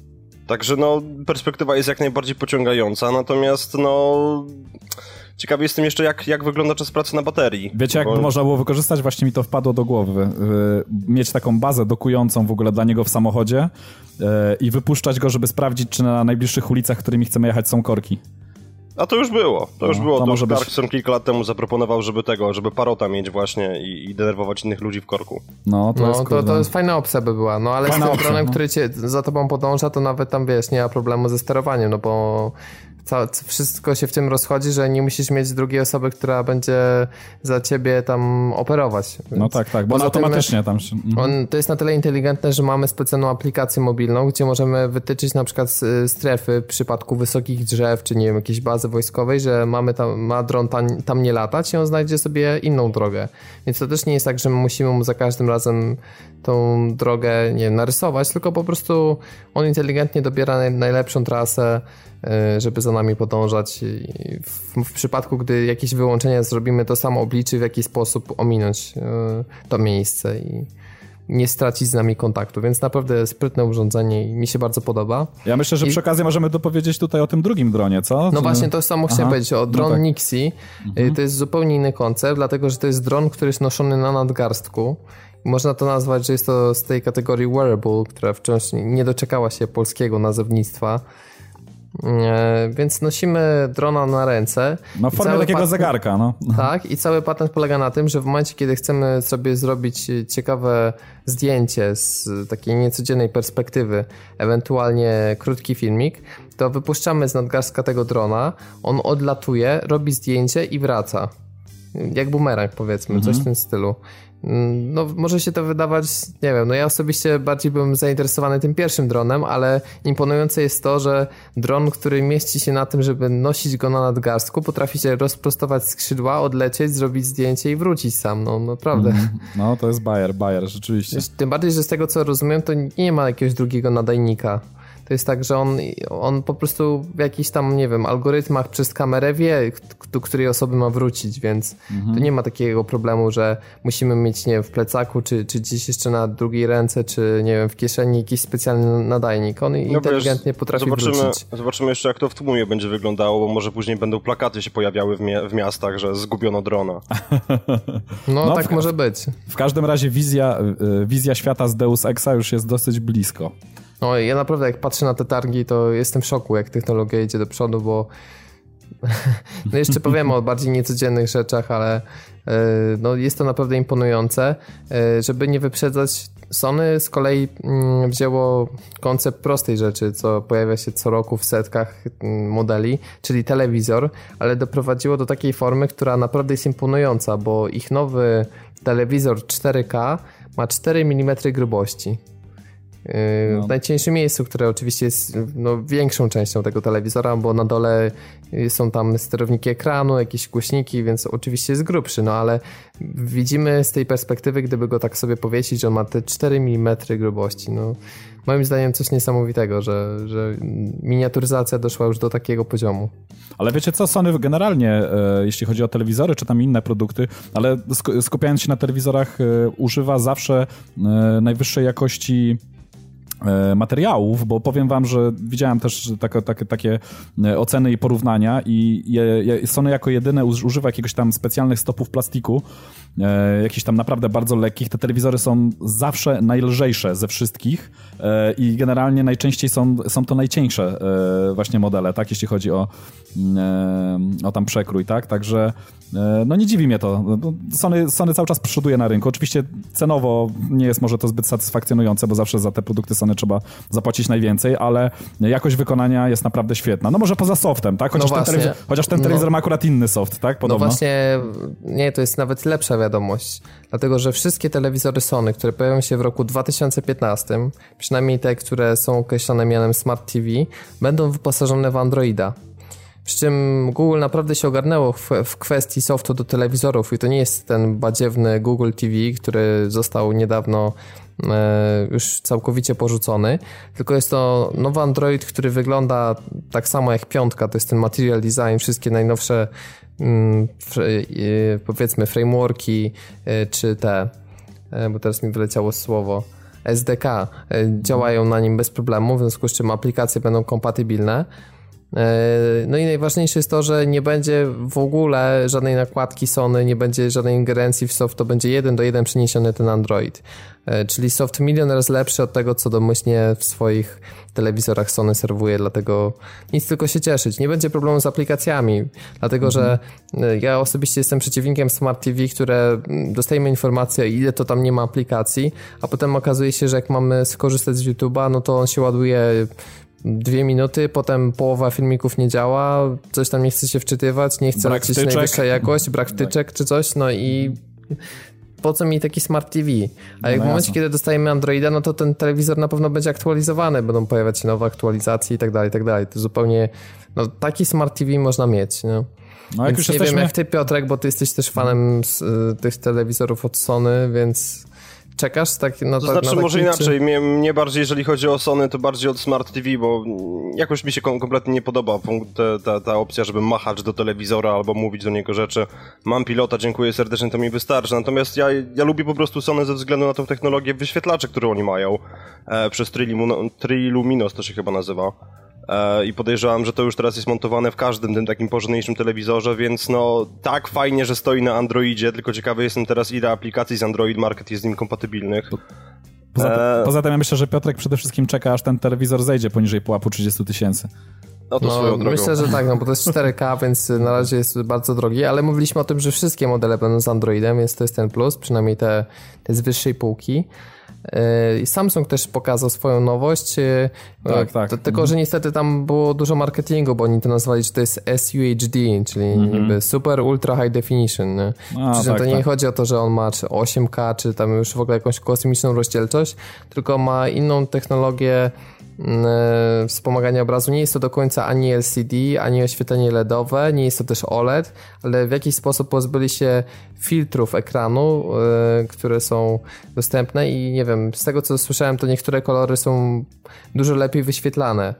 Także no, perspektywa jest jak najbardziej pociągająca, natomiast no... Ciekawy jestem jeszcze, jak, jak wygląda czas pracy na baterii. Wiecie, jak bo... by można było wykorzystać? Właśnie mi to wpadło do głowy. Yy, mieć taką bazę dokującą w ogóle dla niego w samochodzie yy, i wypuszczać go, żeby sprawdzić, czy na najbliższych ulicach, którymi chcemy jechać, są korki. A to już było, to już no, było. To, to może być... Clarkson kilka lat temu zaproponował, żeby tego, żeby parota mieć właśnie i, i denerwować innych ludzi w korku. No, to, no, jest, to, to jest fajna opcja by była, no ale fajna z tym opcja, dronem, no. który cię za tobą podąża, to nawet tam, wiesz, nie ma problemu ze sterowaniem, no bo ca- wszystko się w tym rozchodzi, że nie musisz mieć drugiej osoby, która będzie za ciebie tam operować. No tak, tak, bo on automatycznie tam się... On, to jest na tyle inteligentne, że mamy specjalną aplikację mobilną, gdzie możemy wytyczyć na przykład strefy w przypadku wysokich drzew, czy nie wiem, jakiejś bazy wojskowej, że mamy tam, ma dron tam, tam nie latać i on znajdzie sobie inną drogę. Więc to też nie jest tak, że musimy mu za każdym razem tą drogę, nie wiem, narysować, tylko po prostu on inteligentnie dobiera naj, najlepszą trasę, żeby za nami podążać. W, w przypadku, gdy jakieś wyłączenia zrobimy, to samo obliczy, w jaki sposób ominąć to miejsce i nie stracić z nami kontaktu, więc naprawdę sprytne urządzenie i mi się bardzo podoba. Ja myślę, że I... przy okazji możemy dopowiedzieć tutaj o tym drugim dronie, co? No Czy... właśnie, to samo chciałem powiedzieć, o dron no tak. Nixie. Mhm. To jest zupełnie inny koncept, dlatego, że to jest dron, który jest noszony na nadgarstku. Można to nazwać, że jest to z tej kategorii wearable, która wciąż nie doczekała się polskiego nazewnictwa. Więc nosimy drona na ręce. No w formie takiego patent, zegarka, no. Tak, i cały patent polega na tym, że w momencie, kiedy chcemy sobie zrobić ciekawe zdjęcie z takiej niecodziennej perspektywy, ewentualnie krótki filmik, to wypuszczamy z nadgarstka tego drona, on odlatuje, robi zdjęcie i wraca. Jak bumerang, powiedzmy, mhm. coś w tym stylu. No, może się to wydawać, nie wiem, no ja osobiście bardziej byłem zainteresowany tym pierwszym dronem, ale imponujące jest to, że dron, który mieści się na tym, żeby nosić go na nadgarstku, potrafi się rozprostować skrzydła, odlecieć, zrobić zdjęcie i wrócić sam, no naprawdę. Mm, no, to jest bajer, bajer, rzeczywiście. Tym bardziej, że z tego co rozumiem, to nie ma jakiegoś drugiego nadajnika. To jest tak, że on, on po prostu w jakichś tam, nie wiem, algorytmach przez kamerę wie, do której osoby ma wrócić, więc mhm. to nie ma takiego problemu, że musimy mieć, nie wiem, w plecaku, czy, czy gdzieś jeszcze na drugiej ręce, czy nie wiem, w kieszeni jakiś specjalny nadajnik. On no inteligentnie wiesz, potrafi zobaczymy, wrócić. Zobaczymy jeszcze, jak to w tłumie będzie wyglądało, bo może później będą plakaty się pojawiały w, mie- w miastach, że zgubiono drona. No, no tak w, może być. W każdym razie wizja, wizja świata z Deus Exa już jest dosyć blisko. No ja naprawdę jak patrzę na te targi, to jestem w szoku, jak technologia idzie do przodu, bo no jeszcze powiemy o bardziej niecodziennych rzeczach, ale no jest to naprawdę imponujące. Żeby nie wyprzedzać, Sony z kolei wzięło koncept prostej rzeczy, co pojawia się co roku w setkach modeli, czyli telewizor, ale doprowadziło do takiej formy, która naprawdę jest imponująca, bo ich nowy telewizor cztery K ma cztery milimetry grubości. No. W najcieńszym miejscu, które oczywiście jest no, większą częścią tego telewizora, bo na dole są tam sterowniki ekranu, jakieś głośniki, więc oczywiście jest grubszy, no ale widzimy z tej perspektywy, gdyby go tak sobie powiesić, że on ma te cztery milimetry grubości, no moim zdaniem coś niesamowitego, że, że miniaturyzacja doszła już do takiego poziomu. Ale wiecie co, Sony generalnie, e, jeśli chodzi o telewizory, czy tam inne produkty, ale sk- skupiając się na telewizorach, e, używa zawsze e, najwyższej jakości materiałów, bo powiem wam, że widziałem też takie, takie, takie oceny i porównania i je, Sony jako jedyne używa jakiegoś tam specjalnych stopów plastiku, e, jakichś tam naprawdę bardzo lekkich. Te telewizory są zawsze najlżejsze ze wszystkich e, i generalnie najczęściej są, są to najcieńsze e, właśnie modele, tak, jeśli chodzi o, e, o tam przekrój, tak, także e, no nie dziwi mnie to. Sony, Sony cały czas przoduje na rynku. Oczywiście cenowo nie jest może to zbyt satysfakcjonujące, bo zawsze za te produkty Sony trzeba zapłacić najwięcej, ale jakość wykonania jest naprawdę świetna. No może poza softem, tak? Chociaż, no ten, telewizor, chociaż ten telewizor no. ma akurat inny soft, tak? Podobno. No właśnie, nie, to jest nawet lepsza wiadomość, dlatego, że wszystkie telewizory Sony, które pojawią się w roku dwa tysiące piętnastym, przynajmniej te, które są określone mianem Smart T V, będą wyposażone w Androida. Przy czym Google naprawdę się ogarnęło w, w kwestii softu do telewizorów i to nie jest ten badziewny Google T V, który został niedawno e, już całkowicie porzucony, tylko jest to nowy Android, który wygląda tak samo jak piątka, to jest ten material design, wszystkie najnowsze mm, fr, e, powiedzmy frameworki e, czy te, e, bo teraz mi wyleciało słowo, S D K działają na nim bez problemu, w związku z czym aplikacje będą kompatybilne. No i najważniejsze jest to, że nie będzie w ogóle żadnej nakładki Sony, nie będzie żadnej ingerencji w soft, to będzie jeden do jeden przeniesiony ten Android. Czyli soft milion razy lepszy od tego, co domyślnie w swoich telewizorach Sony serwuje, dlatego nic, tylko się cieszyć. Nie będzie problemu z aplikacjami, dlatego mhm. że ja osobiście jestem przeciwnikiem Smart T V, które dostajemy informację, ile to tam nie ma aplikacji, a potem okazuje się, że jak mamy skorzystać z YouTube'a, no to on się ładuje dwie minuty, potem połowa filmików nie działa, coś tam nie chce się wczytywać, nie chce lecieć najwyższa jakość, brak wtyczek czy coś, no i po co mi taki Smart T V? A jak no w momencie, jasno. kiedy dostajemy Androida, no to ten telewizor na pewno będzie aktualizowany, będą pojawiać się nowe aktualizacje i tak dalej, i tak dalej. To zupełnie, no taki Smart T V można mieć, no. No, jak już nie jesteśmy... wiem jak ty, Piotrek, bo ty jesteś też fanem z, y, tych telewizorów od Sony, więc czekasz tak na to znaczy na może taki, inaczej, czy... mnie, mnie bardziej jeżeli chodzi o Sony, to bardziej od Smart T V, bo jakoś mi się kom- kompletnie nie podoba ta, ta, ta opcja, żeby machać do telewizora albo mówić do niego rzeczy. Mam pilota, dziękuję serdecznie, to mi wystarczy. Natomiast ja, ja lubię po prostu Sony ze względu na tą technologię wyświetlaczy, którą oni mają. E, przez Triluminos to się chyba nazywa. I podejrzewam, że to już teraz jest montowane w każdym tym takim porządniejszym telewizorze, więc no tak fajnie, że stoi na Androidzie, tylko ciekawy jestem teraz, ile aplikacji z Android Market jest z nim kompatybilnych. Poza, e... poza tym ja myślę, że Piotrek przede wszystkim czeka, aż ten telewizor zejdzie poniżej pułapu trzydzieści tysięcy. No to no, swoją drogą. Myślę, że tak, no bo to jest cztery K, więc na razie jest bardzo drogi, ale mówiliśmy o tym, że wszystkie modele będą z Androidem, więc to jest ten plus, przynajmniej te, te z wyższej półki. Samsung też pokazał swoją nowość, tak, tak. To, tylko że niestety tam było dużo marketingu, bo oni to nazwali, że to jest S U H D, czyli mm-hmm. niby Super Ultra High Definition. Nie? A, Przy czym tak, to nie tak. chodzi o to, że on ma czy osiem K, czy tam już w ogóle jakąś kosmiczną rozdzielczość, tylko ma inną technologię Yy, wspomagania obrazu. Nie jest to do końca ani L C D, ani oświetlenie L E D owe, nie jest to też O L E D, ale w jakiś sposób pozbyli się filtrów ekranu, yy, które są dostępne i nie wiem, z tego co słyszałem, to niektóre kolory są dużo lepiej wyświetlane.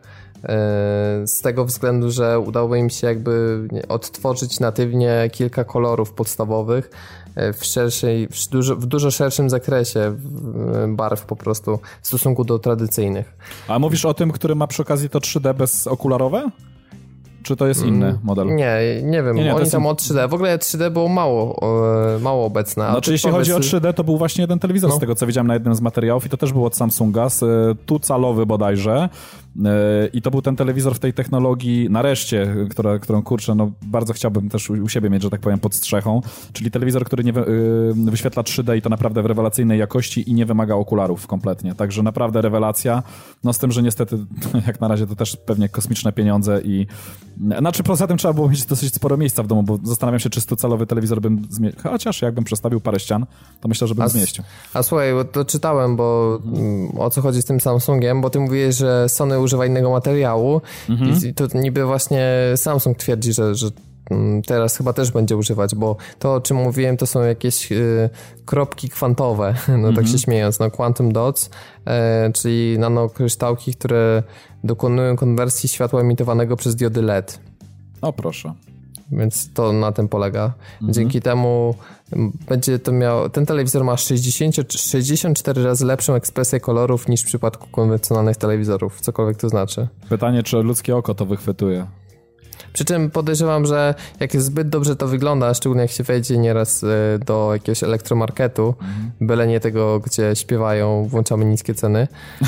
Z tego względu, że udało im się jakby odtworzyć natywnie kilka kolorów podstawowych w szerszej, w dużo, w dużo szerszym zakresie barw po prostu w stosunku do tradycyjnych. A mówisz o tym, który ma przy okazji to trzy D bezokularowe? Czy to jest inny model? Nie, nie wiem. Nie, nie, Oni tam są... o trzy D. W ogóle trzy D było mało, mało obecne. Znaczy, jeśli powiedz... chodzi o trzy D, to był właśnie jeden telewizor, no. z tego co widziałem na jednym z materiałów i to też był od Samsunga, tu calowy bodajże. I to był ten telewizor w tej technologii, nareszcie, która, którą kurczę, no bardzo chciałbym też u siebie mieć, że tak powiem, pod strzechą. Czyli telewizor, który nie wy, yy, wyświetla trzy D i to naprawdę w rewelacyjnej jakości i nie wymaga okularów kompletnie. Także naprawdę rewelacja. No z tym, że niestety jak na razie to też pewnie kosmiczne pieniądze i znaczy poza tym trzeba było mieć dosyć sporo miejsca w domu, bo zastanawiam się, czy stucalowy telewizor bym zmieścił. Chociaż jakbym przestawił parę ścian, to myślę, że bym a, zmieścił. A słuchaj, to czytałem, bo hmm. o co chodzi z tym Samsungiem, bo ty mówiłeś, że Sony używa innego materiału mm-hmm. i to niby właśnie Samsung twierdzi, że, że teraz chyba też będzie używać, bo to, o czym mówiłem, to są jakieś y, kropki kwantowe, no mm-hmm. tak się śmiejąc, no quantum dots, y, czyli nanokryształki, które dokonują konwersji światła emitowanego przez diody L E D. O proszę. Więc to na tym polega. Mhm. Dzięki temu będzie to miał, ten telewizor ma sześćdziesiąt, sześćdziesiąt cztery razy lepszą ekspresję kolorów niż w przypadku konwencjonalnych telewizorów, cokolwiek to znaczy. Pytanie, czy ludzkie oko to wychwytuje? Przy czym podejrzewam, że jak jest zbyt dobrze to wygląda, szczególnie jak się wejdzie nieraz do jakiegoś elektromarketu, mhm. byle nie tego, gdzie śpiewają, włączamy niskie ceny,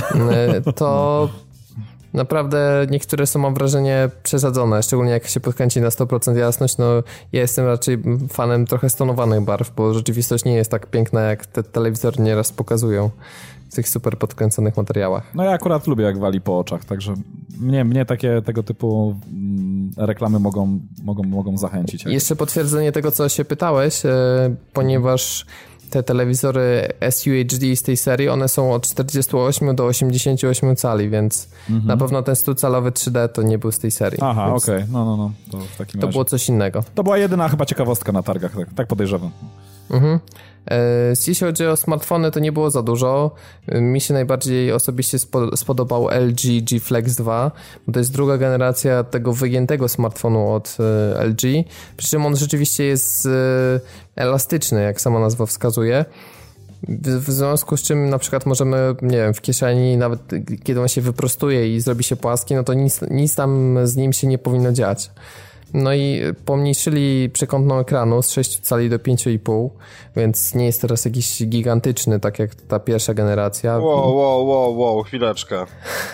to naprawdę niektóre są, mam wrażenie, przesadzone, szczególnie jak się podkręci na sto procent jasność. No ja jestem raczej fanem trochę stonowanych barw, bo rzeczywistość nie jest tak piękna, jak te telewizory nieraz pokazują w tych super podkręconych materiałach. No ja akurat lubię, jak wali po oczach, także mnie, mnie takie tego typu reklamy mogą, mogą, mogą zachęcić. Jeszcze potwierdzenie tego, co się pytałeś, e, ponieważ te telewizory S U H D z tej serii, one są od czterdzieści osiem do osiemdziesiąt osiem cali, więc mhm. na pewno ten stucalowy trzy D to nie był z tej serii. Aha, okej, okay. no, no, no. To, w takim to razie. było coś innego. To była jedyna chyba ciekawostka na targach, tak, tak podejrzewam. Mhm. Jeśli chodzi o smartfony, to nie było za dużo. Mi się najbardziej osobiście spodobał L G G Flex dwa, bo to jest druga generacja tego wygiętego smartfonu od L G, przy czym on rzeczywiście jest elastyczny, jak sama nazwa wskazuje. W, w związku z czym na przykład możemy, nie wiem, w kieszeni, nawet kiedy on się wyprostuje i zrobi się płaski, no to nic, nic tam z nim się nie powinno dziać. No i pomniejszyli przekątną ekranu z sześć cali do pięć i pół, więc nie jest teraz jakiś gigantyczny, tak jak ta pierwsza generacja. Wow, wow, wow, wow, chwileczkę.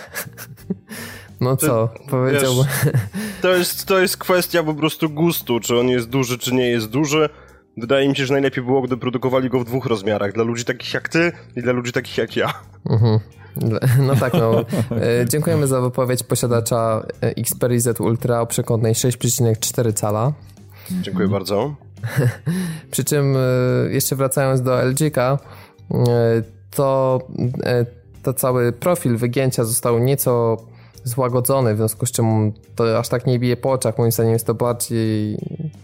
No Ty, co, powiedziałbym... Wiesz, to, jest, to jest kwestia po prostu gustu, czy on jest duży, czy nie jest duży. Wydaje mi się, że najlepiej było, gdy produkowali go w dwóch rozmiarach. Dla ludzi takich jak ty i dla ludzi takich jak ja. Mhm. No tak, no. Dziękujemy za wypowiedź posiadacza Xperia Z Ultra o przekątnej sześć przecinek cztery cala. Dziękuję bardzo. Przy czym jeszcze wracając do L G-ka, to, to cały profil wygięcia został nieco złagodzony, w związku z czym to aż tak nie bije po oczach. Moim zdaniem jest to bardziej...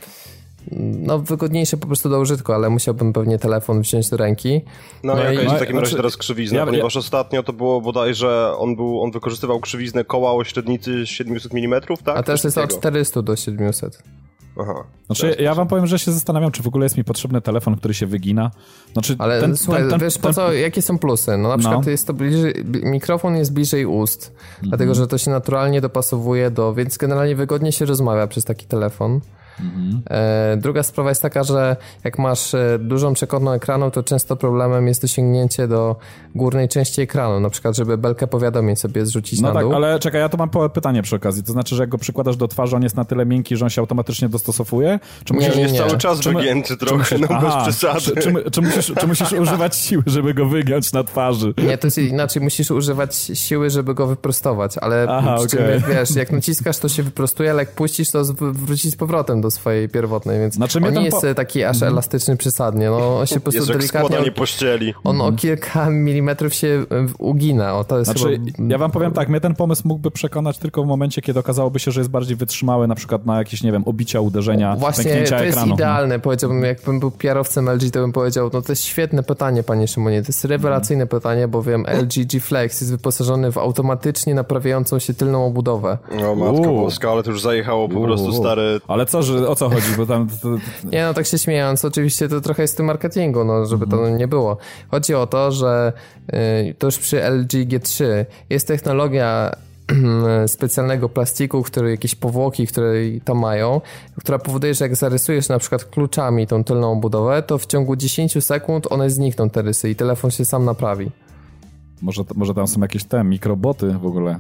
no wygodniejsze po prostu do użytku, ale musiałbym pewnie telefon wziąć do ręki. No, no jaka jest w takim razie teraz krzywizna, ja, ponieważ ja... ostatnio to było bodajże, on był, on wykorzystywał krzywiznę koła o średnicy siedemset milimetrów, tak? A teraz jest od czterystu do siedmiuset. Aha. Znaczy, ja wam powiem, że się zastanawiam, czy w ogóle jest mi potrzebny telefon, który się wygina. Znaczy, ale ten, słuchaj, ten, ten, wiesz po co, jakie są plusy? No na przykład no. jest to bliżej, mikrofon jest bliżej ust, mhm. dlatego, że to się naturalnie dopasowuje do, więc generalnie wygodnie się rozmawia przez taki telefon. Mhm. E, druga sprawa jest taka, że jak masz e, dużą przekątną ekranu, to często problemem jest dosięgnięcie do górnej części ekranu, na przykład żeby belkę powiadomień sobie zrzucić no na tak, dół. Ale czekaj, ja tu mam pytanie przy okazji, to znaczy, że jak go przykładasz do twarzy, on jest na tyle miękki, że on się automatycznie dostosowuje? Czy musisz, nie, nie, nie. jest cały czas czy wygięty trochę, musisz, no aha, bez przesady. Czy, czy, czy, musisz, czy musisz używać siły, żeby go wygiąć na twarzy? Nie, to jest inaczej, musisz używać siły, żeby go wyprostować, ale aha, przy czym, okay. jak, wiesz, jak naciskasz, to się wyprostuje, ale jak puścisz, to wróci z powrotem do swojej pierwotnej. Więc znaczy, on nie jest po... taki aż elastyczny przesadnie, no on się po prostu jest delikatnie... Jak pościeli. On mm. o kilka milimetrów się ugina, o to jest znaczy, chyba... ja wam powiem tak, mnie ten pomysł mógłby przekonać tylko w momencie, kiedy okazałoby się, że jest bardziej wytrzymały na przykład na jakieś, nie wiem, obicia, uderzenia, właśnie, pęknięcia to jest ekranu. idealne, no. Powiedziałbym, jakbym był P R-owcem L G, to bym powiedział, no to jest świetne pytanie, panie Szymonie, to jest rewelacyjne mm. pytanie, bowiem L G G Flex jest wyposażony w automatycznie naprawiającą się tylną obudowę. O matko boska, ale to już zajechało po prostu stary... Ale co, że o co chodzi, bo tam... To... Nie no, tak się śmiejąc, oczywiście to trochę jest w tym marketingu, no, żeby mm. to nie było. Chodzi o to, że y, to już przy L G G trzy jest technologia specjalnego plastiku, który jakieś powłoki, które to mają, która powoduje, że jak zarysujesz na przykład kluczami tą tylną obudowę, to w ciągu dziesięć sekund one znikną, te rysy, i telefon się sam naprawi. Może, może tam są jakieś te mikroboty w ogóle.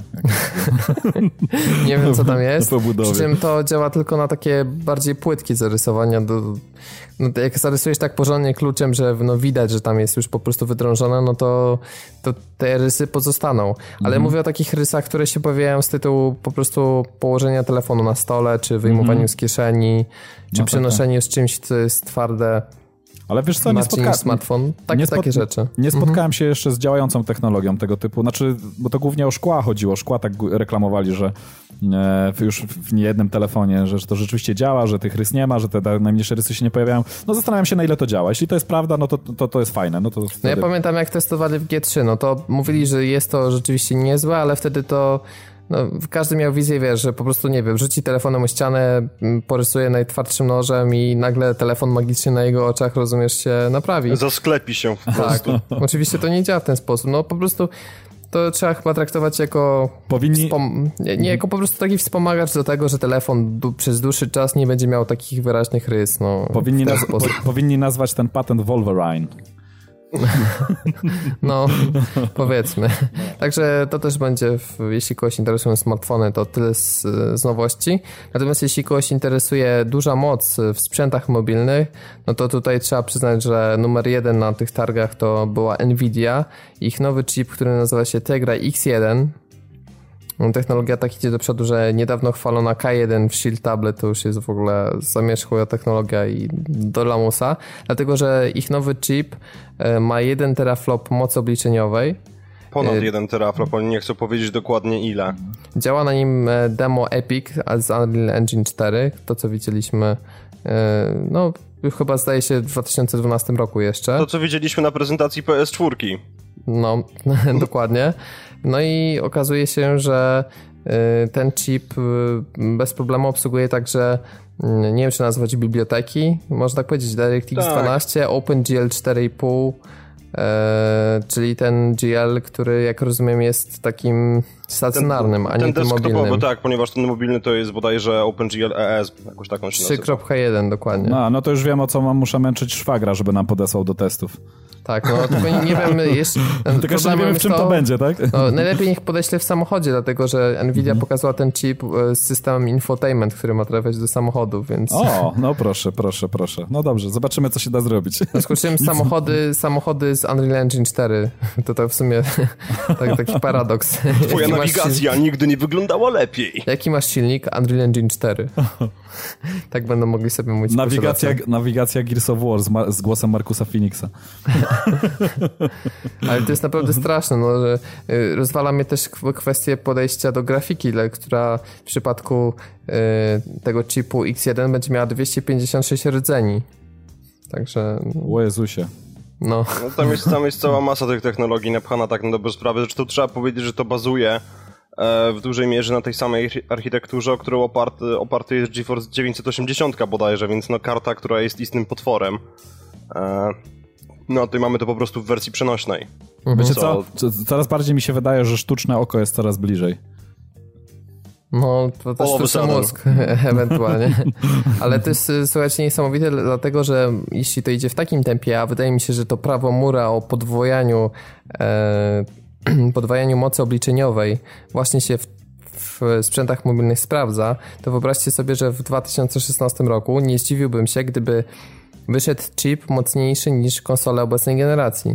Nie wiem, co tam jest. Przy czym to działa tylko na takie bardziej płytkie zarysowania. Do, no, jak zarysujesz tak porządnie kluczem, że no, widać, że tam jest już po prostu wydrążone, no to, to te rysy pozostaną. Ale mhm. mówię o takich rysach, które się pojawiają z tytułu po prostu położenia telefonu na stole, czy wyjmowaniu mhm. z kieszeni, czy no, przenoszeniu tak, tak. z czymś, co jest twarde. Ale wiesz co, nie spotkałem smartfon, tak, nie spot... takie rzeczy. Nie spotkałem mhm. się jeszcze z działającą technologią tego typu, znaczy, bo to głównie o szkła chodziło, szkła tak reklamowali, że e, już w niejednym telefonie, że, że to rzeczywiście działa, że tych rys nie ma, że te najmniejsze rysy się nie pojawiają. No zastanawiam się, na ile to działa. Jeśli to jest prawda, no to, to, to jest fajne. No, to wtedy... no ja pamiętam, jak testowali w G trzy, no to mówili, że jest to rzeczywiście niezłe, ale wtedy to no, każdy miał wizję, wiesz, że po prostu, nie wiem, rzuci telefonem o ścianę, porysuje najtwardszym nożem i nagle telefon magicznie na jego oczach, rozumiesz, się naprawi. Zasklepi się po prostu. Tak, oczywiście to nie działa w ten sposób. No po prostu to trzeba chyba traktować jako Powinni... wspom- nie, nie, jako po prostu taki wspomagacz do tego, że telefon du- przez dłuższy czas nie będzie miał takich wyraźnych rys. No, powinni, naz- po- powinni nazwać ten patent Wolverine. No, powiedzmy. Także to też będzie, w, jeśli kogoś interesują smartfony, to tyle z, z nowości. Natomiast jeśli kogoś interesuje duża moc w sprzętach mobilnych, no to tutaj trzeba przyznać, że numer jeden na tych targach to była Nvidia. Ich nowy chip, który nazywa się Tegra X jeden. Technologia tak idzie do przodu, że niedawno chwalona K jeden w Shield Tablet to już jest w ogóle zamierzchła technologia i do lamusa, dlatego że ich nowy chip ma jeden teraflop mocy obliczeniowej. Ponad jeden teraflop, oni nie chcą powiedzieć dokładnie ile. Działa na nim demo Epic z Unreal Engine cztery, to co widzieliśmy, no chyba zdaje się w dwa tysiące dwunastym roku jeszcze. To co widzieliśmy na prezentacji P S cztery. No, dokładnie. No i okazuje się, że ten chip bez problemu obsługuje także, nie wiem czy nazwać biblioteki, można tak powiedzieć, DirectX dwanaście, tak. OpenGL cztery i pół, e, czyli ten G L, który jak rozumiem jest takim stacjonarnym, ten, a nie ten, tym mobilnym. Tak, ponieważ ten mobilny to jest bodajże OpenGL E S, jakoś taką się trzy kropka jeden dokładnie. No, no to już wiem, o co mam, muszę męczyć szwagra, żeby nam podesłał do testów. Tak, no tylko nie, nie wiemy jeszcze... Tylko jeszcze nie wiemy, w czym to, to będzie, tak? No, najlepiej niech podeśle w samochodzie, dlatego że Nvidia mm. pokazała ten chip z systemem infotainment, który ma trafiać do samochodów, więc... O, no proszę, proszę, proszę. No dobrze, zobaczymy, co się da zrobić. Skoczyłem samochody, samochody z Unreal Engine cztery. To to w sumie tak, taki paradoks. Twoja nawigacja nigdy nie wyglądała lepiej. Jaki masz silnik? Unreal Engine cztery. Tak będą mogli sobie mówić. Nawigacja, nawigacja Gears of War z, ma- z głosem Markusa Phoenixa. Ale to jest naprawdę straszne, no, że rozwala mnie też kwestię podejścia do grafiki, która w przypadku y, tego chipu X jeden będzie miała dwieście pięćdziesiąt sześć rdzeni. Także... O Jezusie. No. no tam, jest, tam jest cała masa tych technologii napchana tak na dobrą sprawę. Zresztą trzeba powiedzieć, że to bazuje w dużej mierze na tej samej architekturze, o którą oparty, oparty jest GeForce dziewięćset osiemdziesiąt bodajże, więc no karta, która jest istnym potworem. No, tutaj mamy to po prostu w wersji przenośnej. Mhm. Wiecie co? Coraz bardziej mi się wydaje, że sztuczne oko jest coraz bliżej. No, to też sztuczny mózg ewentualnie. Ale to jest, słuchajcie, niesamowite, dlatego że jeśli to idzie w takim tempie, a wydaje mi się, że to prawo Moore'a o podwojaniu e, podwajaniu mocy obliczeniowej właśnie się w, w sprzętach mobilnych sprawdza, to wyobraźcie sobie, że w dwa tysiące szesnastym roku nie zdziwiłbym się, gdyby wyszedł chip mocniejszy niż konsole obecnej generacji.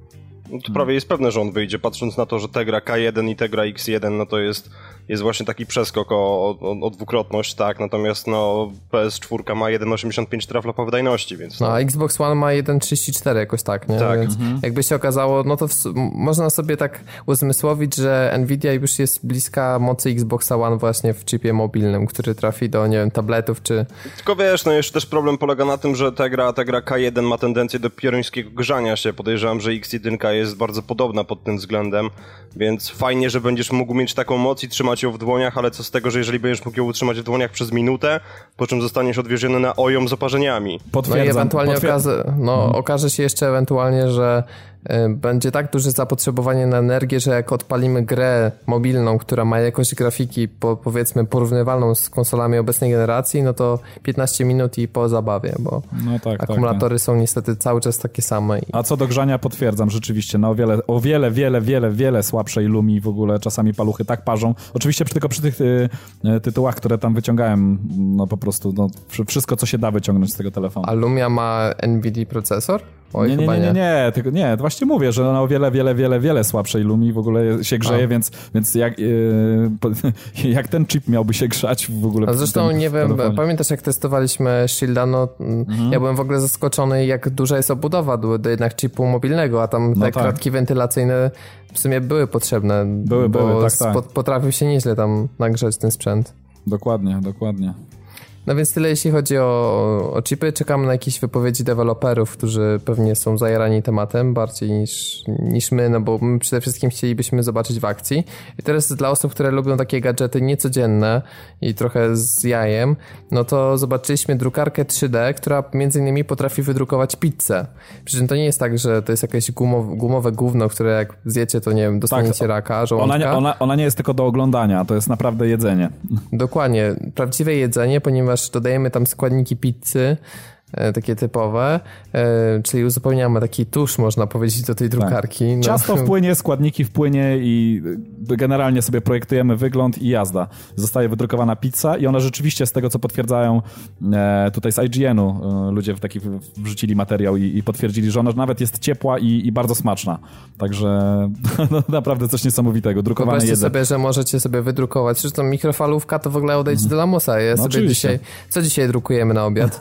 No to prawie jest pewne, że on wyjdzie, patrząc na to, że Tegra K jeden i Tegra X jeden, no to jest, jest właśnie taki przeskok o, o, o dwukrotność, tak, natomiast no P S cztery ma jeden przecinek osiemdziesiąt pięć teraflopa wydajności, więc... No, no a Xbox One ma jeden przecinek trzydzieści cztery jakoś tak, nie? Tak. Więc mhm. jakby się okazało, no to w, można sobie tak uzmysłowić, że Nvidia już jest bliska mocy Xboxa One właśnie w chipie mobilnym, który trafi do, nie wiem, tabletów czy... Tylko wiesz, no jeszcze też problem polega na tym, że Tegra, Tegra K jeden ma tendencję do pioruńskiego grzania się, podejrzewam, że X jeden jest bardzo podobna pod tym względem, więc fajnie, że będziesz mógł mieć taką moc i trzymać ją w dłoniach, ale co z tego, że jeżeli będziesz mógł ją utrzymać w dłoniach przez minutę, po czym zostaniesz odwieziony na ojom z oparzeniami. Potwierdzam. No i ewentualnie potwierd- okaże, no, hmm. okaże się jeszcze ewentualnie, że y, będzie tak duże zapotrzebowanie na energię, że jak odpalimy grę mobilną, która ma jakość grafiki po, powiedzmy porównywalną z konsolami obecnej generacji, no to piętnaście minut i po zabawie, bo no tak, akumulatory tak, są niestety cały czas takie same. A co do grzania potwierdzam, rzeczywiście, na o wiele, o wiele, wiele, wiele, wiele słabszej Lumii w ogóle czasami paluchy tak parzą. Oczywiście tylko przy tych y, tytułach, które tam wyciągałem, no po prostu no, wszystko, co się da wyciągnąć z tego telefonu. A Lumia ma Nvidia procesor? Oj, nie, nie, nie, nie, nie, tylko nie, właśnie mówię, że ona o wiele, wiele, wiele, wiele słabszej Lumii w ogóle się grzeje, A. więc, więc jak, yy, jak ten chip miałby się grzać w ogóle? A zresztą nie wiem, telefonie. Pamiętasz jak testowaliśmy Shielda, no mhm. ja byłem w ogóle zaskoczony, jak duża jest obudowa do, do jednak chipu mobilnego, a tam no te tak. kratki wentylacyjne w sumie były potrzebne, były, bo były, tak, tak. potrafił się nieźle tam nagrzać ten sprzęt. Dokładnie, dokładnie. No więc tyle jeśli chodzi o, o chipy. Czekamy na jakieś wypowiedzi deweloperów, którzy pewnie są zajarani tematem bardziej niż, niż my, no bo my przede wszystkim chcielibyśmy zobaczyć w akcji. I teraz dla osób, które lubią takie gadżety niecodzienne i trochę z jajem, no to zobaczyliśmy drukarkę trzy D, która między innymi potrafi wydrukować pizzę. Przy czym to nie jest tak, że to jest jakieś gumowe, gumowe gówno, które jak zjecie, to nie wiem, dostaniecie tak, raka, żołądka. Ona nie, ona, ona nie jest tylko do oglądania, to jest naprawdę jedzenie. Dokładnie. Prawdziwe jedzenie, ponieważ dodajemy tam składniki pizzy, e, takie typowe, e, czyli uzupełniamy taki tusz, można powiedzieć, do tej drukarki. Tak. No. Ciasto wpłynie, składniki wpłynie i generalnie sobie projektujemy wygląd i jazda. Zostaje wydrukowana pizza i ona rzeczywiście, z tego co potwierdzają e, tutaj z I G N-u, e, ludzie w taki wrzucili materiał i, i potwierdzili, że ona nawet jest ciepła i, i bardzo smaczna. Także no, naprawdę coś niesamowitego. Drukowane jedzenie. jedzenie. sobie, że możecie sobie wydrukować. Zresztą mikrofalówka to w ogóle odejdź do lamusa. Ja no sobie dzisiaj, co dzisiaj drukujemy na obiad?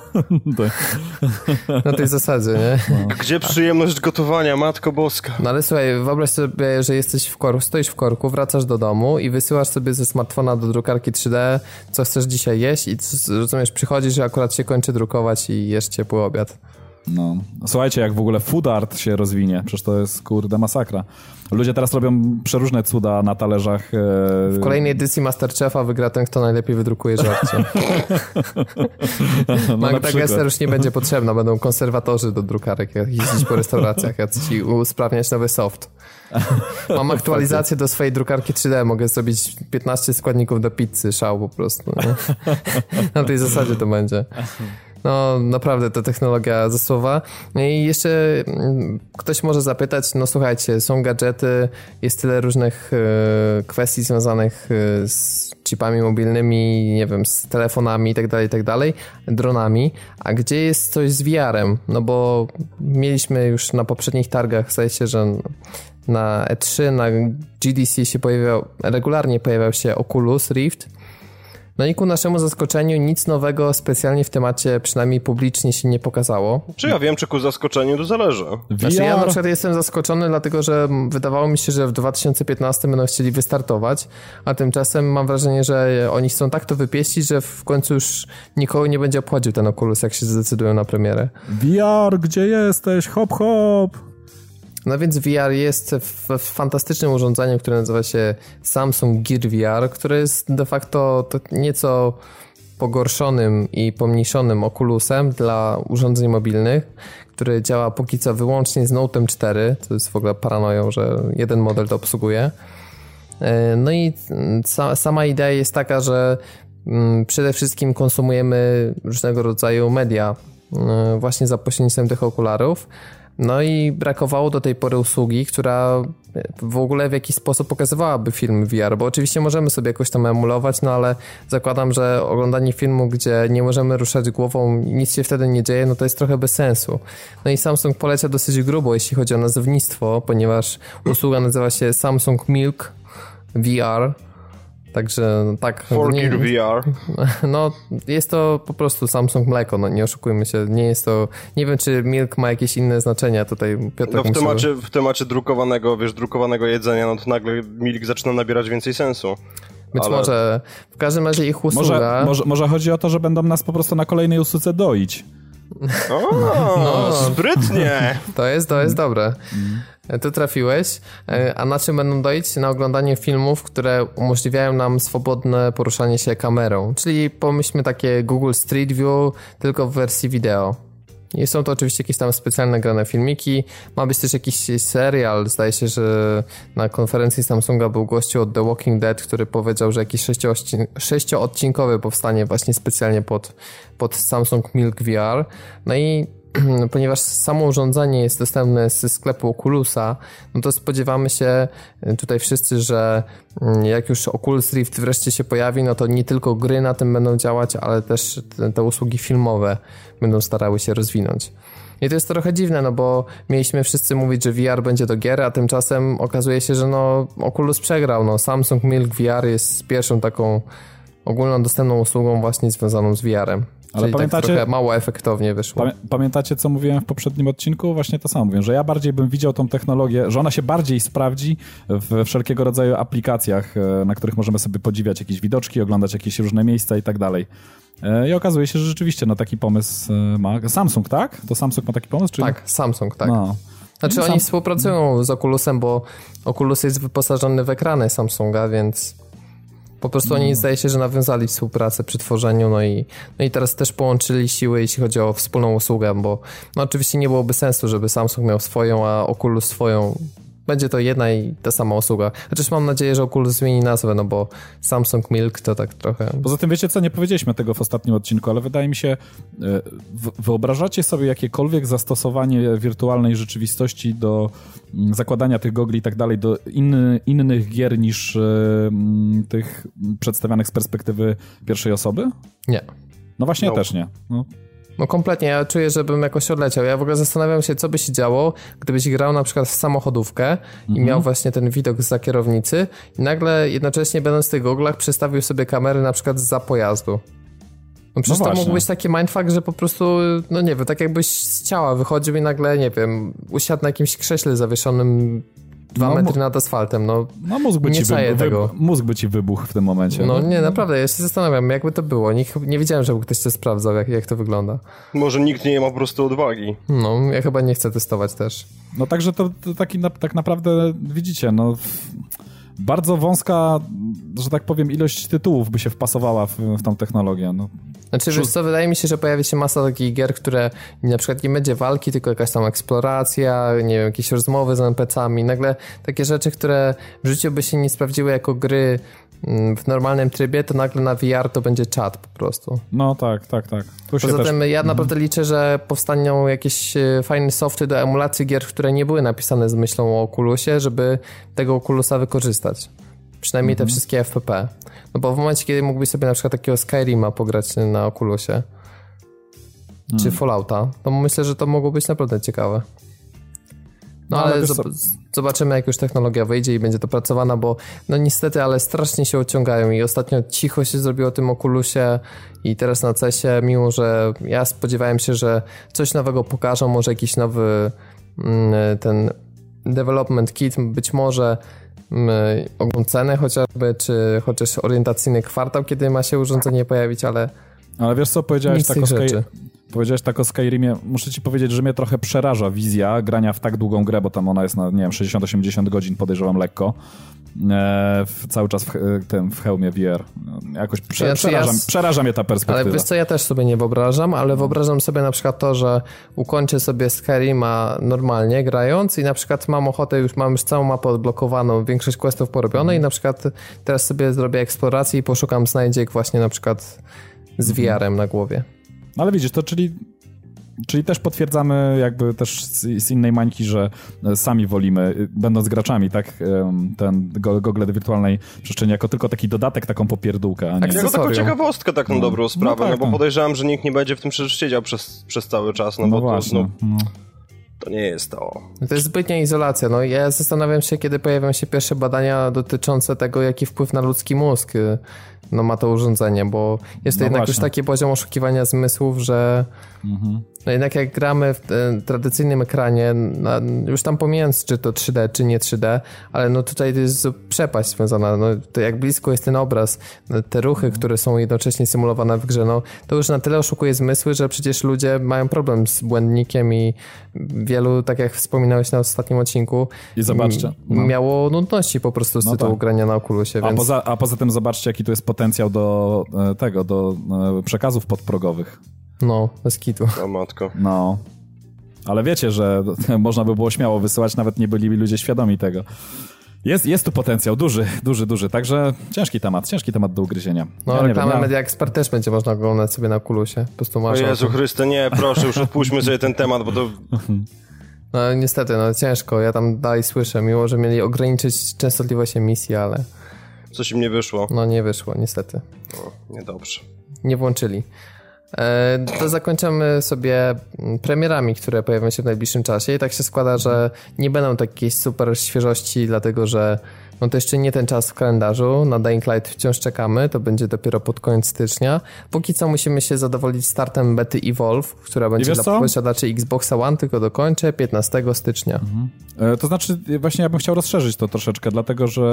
Na tej zasadzie, nie? No. Gdzie przyjemność gotowania, Matko Boska? No ale słuchaj, wyobraź sobie, że jesteś w korku, stoisz w korku, wracasz do domu i wysyłasz sobie ze smartfona do drukarki trzy D, co chcesz dzisiaj jeść i rozumiesz, przychodzisz, że akurat się kończy drukować i jesz ciepły obiad. No. Słuchajcie, jak w ogóle food art się rozwinie, przecież to jest, kurde, masakra. Ludzie teraz robią przeróżne cuda na talerzach. E... W kolejnej edycji Masterchefa wygra ten, kto najlepiej wydrukuje żarcie. no, Magda Gessler już nie będzie potrzebna, będą konserwatorzy do drukarek, jak jeździć po restauracjach, jak ci usprawniać nowy soft. Mam aktualizację do swojej drukarki trzy D, mogę zrobić piętnaście składników do pizzy, szał po prostu. Nie? Na tej zasadzie to będzie. No naprawdę ta technologia zasuwa. I jeszcze ktoś może zapytać, no słuchajcie, są gadżety, jest tyle różnych y, kwestii związanych y, z chipami mobilnymi, nie wiem, z telefonami i tak dalej, i tak dalej, dronami, a gdzie jest coś z V R-em? No bo mieliśmy już na poprzednich targach, zdaje się, że na E trzy, na G D C się pojawiał, regularnie pojawiał się Oculus Rift. No i ku naszemu zaskoczeniu nic nowego specjalnie w temacie, przynajmniej publicznie, się nie pokazało. Czy ja wiem, czy ku zaskoczeniu to zależy. Znaczy ja na przykład jestem zaskoczony, dlatego że wydawało mi się, że w dwa tysiące piętnastym będą chcieli wystartować, a tymczasem mam wrażenie, że oni chcą tak to wypieścić, że w końcu już nikogo nie będzie obchodził ten Oculus, jak się zdecydują na premierę. V R, gdzie jesteś? Hop, hop! No więc V R jest w, w fantastycznym urządzeniu, które nazywa się Samsung Gear V R, które jest de facto to nieco pogorszonym i pomniejszonym Oculusem dla urządzeń mobilnych, który działa póki co wyłącznie z Note'em cztery, to jest w ogóle paranoją, że jeden model to obsługuje. No i sa, sama idea jest taka, że przede wszystkim konsumujemy różnego rodzaju media właśnie za pośrednictwem tych okularów. No i brakowało do tej pory usługi, która w ogóle w jakiś sposób pokazywałaby film V R, bo oczywiście możemy sobie jakoś tam emulować, no ale zakładam, że oglądanie filmu, gdzie nie możemy ruszać głową i nic się wtedy nie dzieje, no to jest trochę bez sensu. No i Samsung poleciał dosyć grubo, jeśli chodzi o nazewnictwo, ponieważ usługa nazywa się Samsung Milk V R. Także tak. For nie, V R. No, jest to po prostu Samsung Mleko, no nie oszukujmy się. Nie jest to. Nie wiem, czy Milk ma jakieś inne znaczenia tutaj. Piotr no w temacie, w temacie drukowanego, wiesz, drukowanego jedzenia, no to nagle Milk zaczyna nabierać więcej sensu. Być ale... może. W każdym razie ich usługa. Może, może, może chodzi o to, że będą nas po prostu na kolejnej usłudze doić. O, no, sprytnie. To jest, to jest dobre. Mm. Tu trafiłeś. A na czym będą doić? Na oglądanie filmów, które umożliwiają nam swobodne poruszanie się kamerą. Czyli pomyślmy takie Google Street View, tylko w wersji wideo. I są to oczywiście jakieś tam specjalne grane filmiki. Ma być też jakiś serial. Zdaje się, że na konferencji Samsunga był gościu od The Walking Dead, który powiedział, że jakiś sześcioodcinkowy powstanie właśnie specjalnie pod, pod Samsung Milk V R. No i ponieważ samo urządzenie jest dostępne ze sklepu Oculusa, no to spodziewamy się tutaj wszyscy, że jak już Oculus Rift wreszcie się pojawi, no to nie tylko gry na tym będą działać, ale też te, te usługi filmowe będą starały się rozwinąć. I to jest trochę dziwne, no bo mieliśmy wszyscy mówić, że V R będzie do gier, a tymczasem okazuje się, że no Oculus przegrał. No Samsung Milk V R jest pierwszą taką ogólnodostępną usługą właśnie związaną z V R-em. Ale czyli pamiętacie, tak trochę mało efektownie wyszło. Pamię, pamiętacie, co mówiłem w poprzednim odcinku? Właśnie to samo mówię, że ja bardziej bym widział tą technologię, że ona się bardziej sprawdzi w wszelkiego rodzaju aplikacjach, na których możemy sobie podziwiać jakieś widoczki, oglądać jakieś różne miejsca i tak dalej. I okazuje się, że rzeczywiście no, taki pomysł ma Samsung, tak? To Samsung ma taki pomysł? Czy... Tak, Samsung, tak. No. Znaczy no, oni Sam... współpracują z Oculusem, bo Oculus jest wyposażony w ekrany Samsunga, więc... Po prostu oni, no. zdaje się, że nawiązali współpracę przy tworzeniu, no i, no i teraz też połączyli siły, jeśli chodzi o wspólną usługę, bo no oczywiście nie byłoby sensu, żeby Samsung miał swoją, a Oculus swoją. Będzie to jedna i ta sama usługa. Chociaż mam nadzieję, że Oculus zmieni nazwę, no bo Samsung Milk to tak trochę... Poza tym wiecie co, nie powiedzieliśmy tego w ostatnim odcinku, ale wydaje mi się, wyobrażacie sobie jakiekolwiek zastosowanie wirtualnej rzeczywistości do zakładania tych gogli i tak dalej do inny, innych gier niż tych przedstawianych z perspektywy pierwszej osoby? Nie. No właśnie no. ja też nie. No. No kompletnie, ja czuję, że bym jakoś odleciał. Ja w ogóle zastanawiam się, co by się działo, gdybyś grał na przykład w samochodówkę i mhm. miał właśnie ten widok zza kierownicy i nagle jednocześnie będąc w tych goglach przestawił sobie kamery na przykład zza pojazdu. No przecież no to mógł być taki mindfuck, że po prostu, no nie wiem, tak jakbyś z ciała wychodził i nagle, nie wiem, usiadł na jakimś krześle zawieszonym dwa no, metry nad asfaltem, no, no mózg by nie ci czaję wy, tego. Wy, mózg by ci wybuchł w tym momencie. No nie, naprawdę, ja się zastanawiam, jakby to było. Nie, nie wiedziałem, żeby ktoś to sprawdzał, jak, jak to wygląda. Może nikt nie ma po prostu odwagi. No, ja chyba nie chcę testować też. No także to, to taki na, tak naprawdę, widzicie, no... Bardzo wąska, że tak powiem, ilość tytułów by się wpasowała w, w tą technologię. No. Znaczy, wiesz co, wydaje mi się, że pojawi się masa takich gier, które na przykład nie będzie walki, tylko jakaś tam eksploracja, nie wiem, jakieś rozmowy z en pe ce ami. Nagle takie rzeczy, które w życiu by się nie sprawdziły jako gry w normalnym trybie, to nagle na V R to będzie czat po prostu. No tak, tak, tak. Tu Poza tym też... ja naprawdę mhm. liczę, że powstaną jakieś fajne softy do emulacji gier, które nie były napisane z myślą o Oculusie, żeby tego Oculusa wykorzystać. Przynajmniej mhm. te wszystkie F P P. No bo w momencie, kiedy mógłbyś sobie na przykład takiego Skyrima pograć na Oculusie, hmm. czy Fallouta, to myślę, że to mogło być naprawdę ciekawe. No, no ale, ale zob- zobaczymy, jak już technologia wyjdzie i będzie dopracowana, bo no niestety, ale strasznie się ociągają i ostatnio cicho się zrobiło o tym Oculusie i teraz na cesie, mimo że ja spodziewałem się, że coś nowego pokażą, może jakiś nowy ten development kit, być może ogólną cenę chociażby, czy chociaż orientacyjny kwartał, kiedy ma się urządzenie pojawić, ale ale wiesz co, powiedziałeś tak, o Sky... powiedziałeś tak o Skyrimie, muszę ci powiedzieć, że mnie trochę przeraża wizja grania w tak długą grę, bo tam ona jest na, nie wiem, sześćdziesiąt osiemdziesiąt godzin, podejrzewam lekko, e, w, cały czas w, tym, w hełmie V R. Jakoś prze, znaczy przeraża, ja... przeraża mnie ta perspektywa. Ale wiesz co, ja też sobie nie wyobrażam, ale wyobrażam sobie na przykład to, że ukończę sobie Skyrima normalnie grając i na przykład mam ochotę, już mam już całą mapę odblokowaną, większość questów porobione i na przykład teraz sobie zrobię eksplorację i poszukam znajdziek właśnie na przykład z V R-em na głowie. Ale widzisz, to czyli, czyli też potwierdzamy jakby też z, z innej mańki, że sami wolimy, będąc graczami, tak, ten gogle do wirtualnej przestrzeni jako tylko taki dodatek, taką popierdółkę, a nie... Jako taką ciekawostkę, tak na no. dobrą sprawę, no, tak, no bo tak. podejrzewam, że nikt nie będzie w tym przecież siedział przez, przez cały czas, no, no bo właśnie, to, no, no. to nie jest to. To jest zbytnia izolacja, no ja zastanawiam się, kiedy pojawią się pierwsze badania dotyczące tego, jaki wpływ na ludzki mózg no ma to urządzenie, bo jest to no jednak właśnie. już taki poziom oszukiwania zmysłów, że mhm. no jednak jak gramy w tradycyjnym ekranie, na, już tam pomijając, czy to trzy D, czy nie trzy D, ale no tutaj to jest przepaść związana, no to jak blisko jest ten obraz, no, te ruchy, mhm. które są jednocześnie symulowane w grze, no to już na tyle oszukuje zmysły, że przecież ludzie mają problem z błędnikiem i wielu, tak jak wspominałeś na ostatnim odcinku, i zobaczcie, no. miało nudności po prostu z no tytułu tak. grania na Oculusie. A, więc... poza, a poza tym zobaczcie, jaki tu jest potencjał do tego, do przekazów podprogowych. No, bez kitu. O matko. No. Ale wiecie, że można by było śmiało wysyłać, nawet nie byli ludzie świadomi tego. Jest, jest tu potencjał, duży, duży, duży. Także ciężki temat, ciężki temat do ugryzienia. No, ja reklamę ja... Media Expert też będzie można oglądać sobie na Oculusie. Po prostu masz. O Jezu Chryste, nie, proszę, już odpuśćmy sobie ten temat, bo to... No niestety, no ciężko. Ja tam dalej słyszę, mimo że mieli ograniczyć częstotliwość emisji, ale... Coś im nie wyszło. No nie wyszło, niestety. No, niedobrze. Nie włączyli. E, to zakończymy sobie premierami, które pojawią się w najbliższym czasie i tak się składa, że nie będą takiej super świeżości, dlatego że no to jeszcze nie ten czas w kalendarzu, na Dying Light wciąż czekamy, to będzie dopiero pod koniec stycznia. Póki co musimy się zadowolić startem bety Evolve, która będzie dla co? posiadaczy Xboxa One, tylko dokończę piętnastego stycznia. Mhm. E, to znaczy właśnie ja bym chciał rozszerzyć to troszeczkę, dlatego że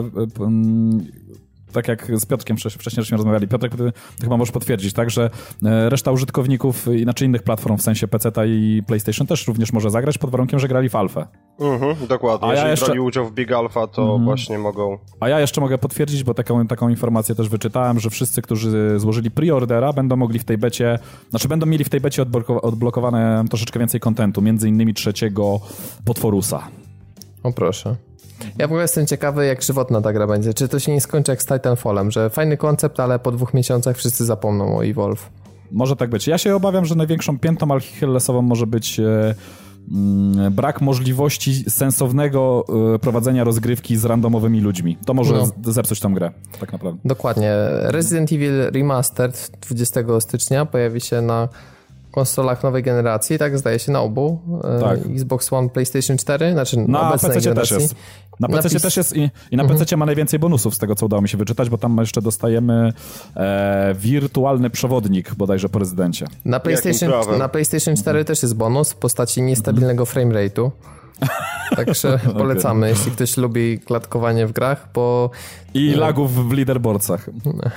um, tak jak z Piotrkiem wcześniej żeśmy rozmawiali, Piotrek, ty, ty chyba możesz potwierdzić, tak, że reszta użytkowników inaczej innych platform, w sensie peceta i PlayStation też również może zagrać pod warunkiem, że grali w alfę. Mhm, dokładnie. A Jeżeli ja jeszcze... brali udział w Big Alpha, to mhm. właśnie mogą... A ja jeszcze mogę potwierdzić, bo taką, taką informację też wyczytałem, że wszyscy, którzy złożyli preordera, będą mogli w tej becie, znaczy będą mieli w tej becie odblok- odblokowane troszeczkę więcej kontentu, między innymi trzeciego Potworusa. O proszę. Ja w ogóle jestem ciekawy, jak żywotna ta gra będzie. Czy to się nie skończy jak z Titanfallem, że fajny koncept, ale po dwóch miesiącach wszyscy zapomną o Evolve. Może tak być. Ja się obawiam, że największą piętą achillesową może być e, m, brak możliwości sensownego e, prowadzenia rozgrywki z randomowymi ludźmi. To może no. z, zepsuć tą grę, tak naprawdę. Dokładnie. Resident Evil Remastered dwudziestego stycznia pojawi się na konsolach nowej generacji, tak zdaje się na obu. Tak. Xbox One, PlayStation cztery, znaczy na obecnej P C generacji. Też jest. Na P C Napis... też jest i, i na mhm. P C ma najwięcej bonusów z tego, co udało mi się wyczytać, bo tam jeszcze dostajemy e, wirtualny przewodnik bodajże po rezydencie. Na PlayStation, na PlayStation cztery mhm. też jest bonus w postaci niestabilnego mhm. frame rate'u. Także polecamy, okay. jeśli ktoś lubi klatkowanie w grach, bo... I lagów w leaderboardsach.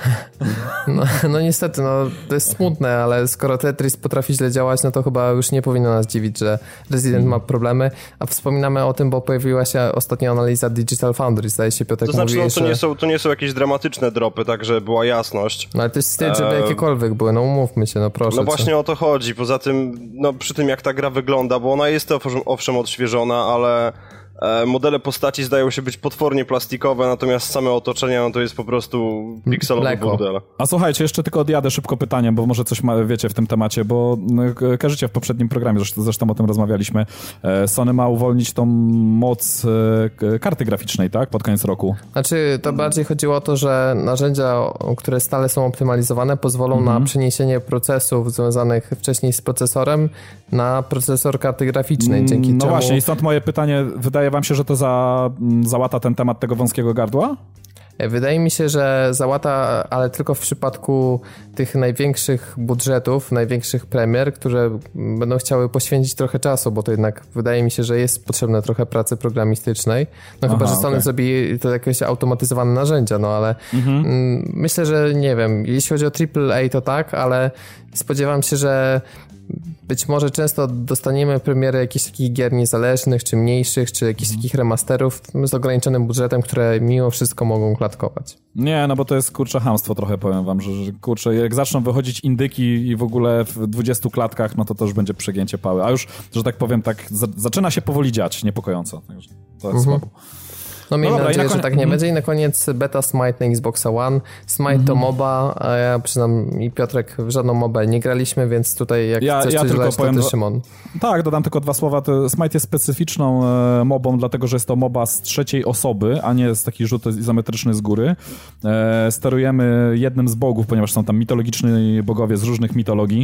No, no niestety, no to jest smutne, ale skoro Tetris potrafi źle działać, no to chyba już nie powinno nas dziwić, że Resident ma problemy, a wspominamy o tym, bo pojawiła się ostatnio analiza Digital Foundry, zdaje się Piotrek To znaczy, mówi, no, to, że... nie są, to nie są jakieś dramatyczne dropy, tak, żeby była jasność. No ale to jest wstyd, żeby e... jakiekolwiek były, no umówmy się, no proszę. No właśnie co? O to chodzi, poza tym, no przy tym jak ta gra wygląda, bo ona jest owszem odświeżona, ale modele postaci zdają się być potwornie plastikowe, natomiast same otoczenia no to jest po prostu pikselowy burdel. A słuchajcie, jeszcze tylko odjadę szybko pytanie, bo może coś ma, wiecie w tym temacie, bo kojarzycie w poprzednim programie, zresztą, zresztą o tym rozmawialiśmy, Sony ma uwolnić tą moc karty graficznej, tak? Pod koniec roku. Znaczy, to bardziej chodziło o to, że narzędzia, które stale są optymalizowane, pozwolą mm-hmm. na przeniesienie procesów związanych wcześniej z procesorem na procesor karty graficznej, dzięki no czemu... No właśnie, i stąd moje pytanie, wydaje wam się, że to za, załata ten temat tego wąskiego gardła? Wydaje mi się, że załata, ale tylko w przypadku tych największych budżetów, największych premier, które będą chciały poświęcić trochę czasu, bo to jednak wydaje mi się, że jest potrzebne trochę pracy programistycznej. No Aha, chyba, że Sony okay. zrobi to jakieś automatyzowane narzędzia, no ale mhm. myślę, że nie wiem, jeśli chodzi o triple A to tak, ale spodziewam się, że być może często dostaniemy premiery jakichś takich gier niezależnych, czy mniejszych, czy jakichś takich remasterów z ograniczonym budżetem, które mimo wszystko mogą klatkować. Nie, no bo to jest kurcze chamstwo trochę, powiem wam, że, że kurczę, jak zaczną wychodzić indyki i w ogóle w dwudziestu klatkach, no to to już będzie przegięcie pały. A już, że tak powiem, tak za, zaczyna się powoli dziać, niepokojąco. Także to jest mhm. słabo. No miejmy no nadzieję, że tak nie będzie. I na koniec beta Smite na Xboxa One. Smite mm-hmm. to MOBA, a ja przyznam i Piotrek w żadną MOBę nie graliśmy, więc tutaj jak ja, coś, ja coś tylko dodać, powiem, to ty, Szymon. Tak, dodam tylko dwa słowa. To Smite jest specyficzną e, MOBą, dlatego że jest to MOBA z trzeciej osoby, a nie z taki rzut izometryczny z góry. E, sterujemy jednym z bogów, ponieważ są tam mitologiczni bogowie z różnych mitologii.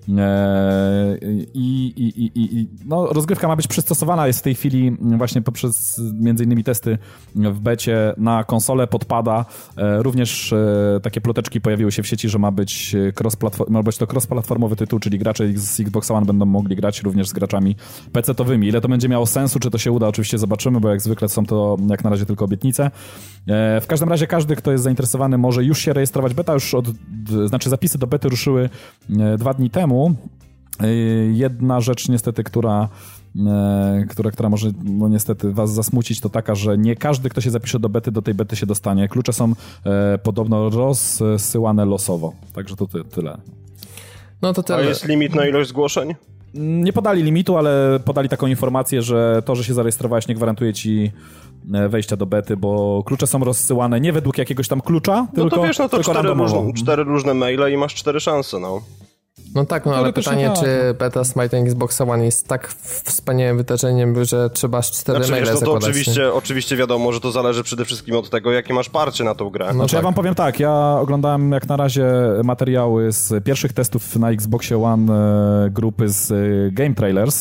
E, i, i, i, i no, rozgrywka ma być przystosowana, jest w tej chwili właśnie poprzez między innymi testy w becie na konsolę podpada. E, również e, takie ploteczki pojawiły się w sieci, że ma być, ma być to cross-platformowy tytuł, czyli gracze z Xbox One będą mogli grać również z graczami pecetowymi. Ile to będzie miało sensu, czy to się uda, oczywiście zobaczymy, bo jak zwykle są to jak na razie tylko obietnice. E, w każdym razie każdy, kto jest zainteresowany, może już się rejestrować. Beta już od, znaczy zapisy do bety ruszyły e, dwa dni temu. E, jedna rzecz niestety, która E, która, która może no niestety was zasmucić, to taka, że nie każdy, kto się zapisze do bety, do tej bety się dostanie. Klucze są e, podobno rozsyłane losowo. Także to ty, tyle. No to tyle. A jest limit na ilość zgłoszeń? Nie podali limitu, ale podali taką informację, że to, że się zarejestrowałeś, nie gwarantuje ci wejścia do bety, bo klucze są rozsyłane nie według jakiegoś tam klucza, no tylko to wiesz, no to tylko cztery różne, cztery różne maile i masz cztery szanse, no. No tak, no ale pytanie, tak. czy beta Smite Xbox One jest tak wspaniałym wydarzeniem, że trzeba aż cztery znaczy, maile wiesz, no to zakładać. Oczywiście, oczywiście wiadomo, że to zależy przede wszystkim od tego, jakie masz parcie na tą grę. No znaczy tak. Ja wam powiem tak, ja oglądałem jak na razie materiały z pierwszych testów na Xboxie One grupy z Game Trailers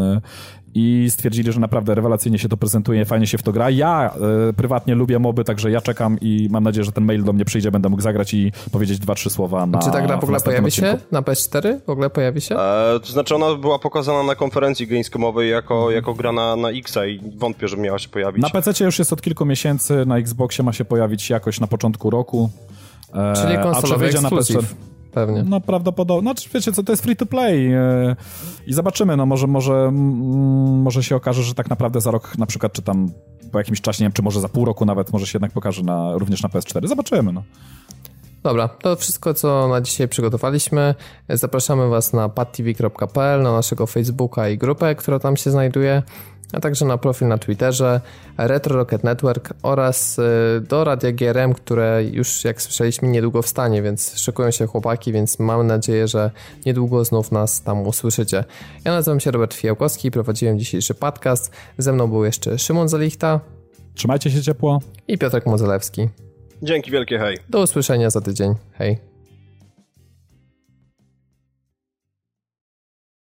i stwierdzili, że naprawdę rewelacyjnie się to prezentuje, fajnie się w to gra. Ja y, prywatnie lubię moby, także ja czekam i mam nadzieję, że ten mail do mnie przyjdzie, będę mógł zagrać i powiedzieć dwa, trzy słowa na... Czy ta gra w ogóle pojawi odcinku. się na P S cztery? W ogóle pojawi się? E, to znaczy ona była pokazana na konferencji gamescomowej jako, jako gra na, na X-a i wątpię, że miała się pojawić. Na P C już jest od kilku miesięcy, na Xboxie ma się pojawić jakoś na początku roku. E, Czyli konsolowy ekskluzyw. Pewnie. No prawdopodobnie. Znaczy wiecie co, to jest free to play yy, i zobaczymy, no może, może, mm, może się okaże, że tak naprawdę za rok na przykład, czy tam po jakimś czasie, nie wiem, czy może za pół roku nawet, może się jednak pokaże na, również na P S cztery. Zobaczymy, no. Dobra, to wszystko, co na dzisiaj przygotowaliśmy. Zapraszamy was na padtv kropka p l, na naszego Facebooka i grupę, która tam się znajduje, a także na profil na Twitterze Retro Rocket Network oraz do Radia G R M, które już, jak słyszeliśmy, niedługo wstanie, więc szykują się chłopaki, więc mamy nadzieję, że niedługo znów nas tam usłyszycie. Ja nazywam się Robert Fijałkowski i prowadziłem dzisiejszy podcast. Ze mną był jeszcze Szymon Zalichta. Trzymajcie się ciepło. I Piotrek Modzelewski. Dzięki wielkie, hej. Do usłyszenia za tydzień. Hej.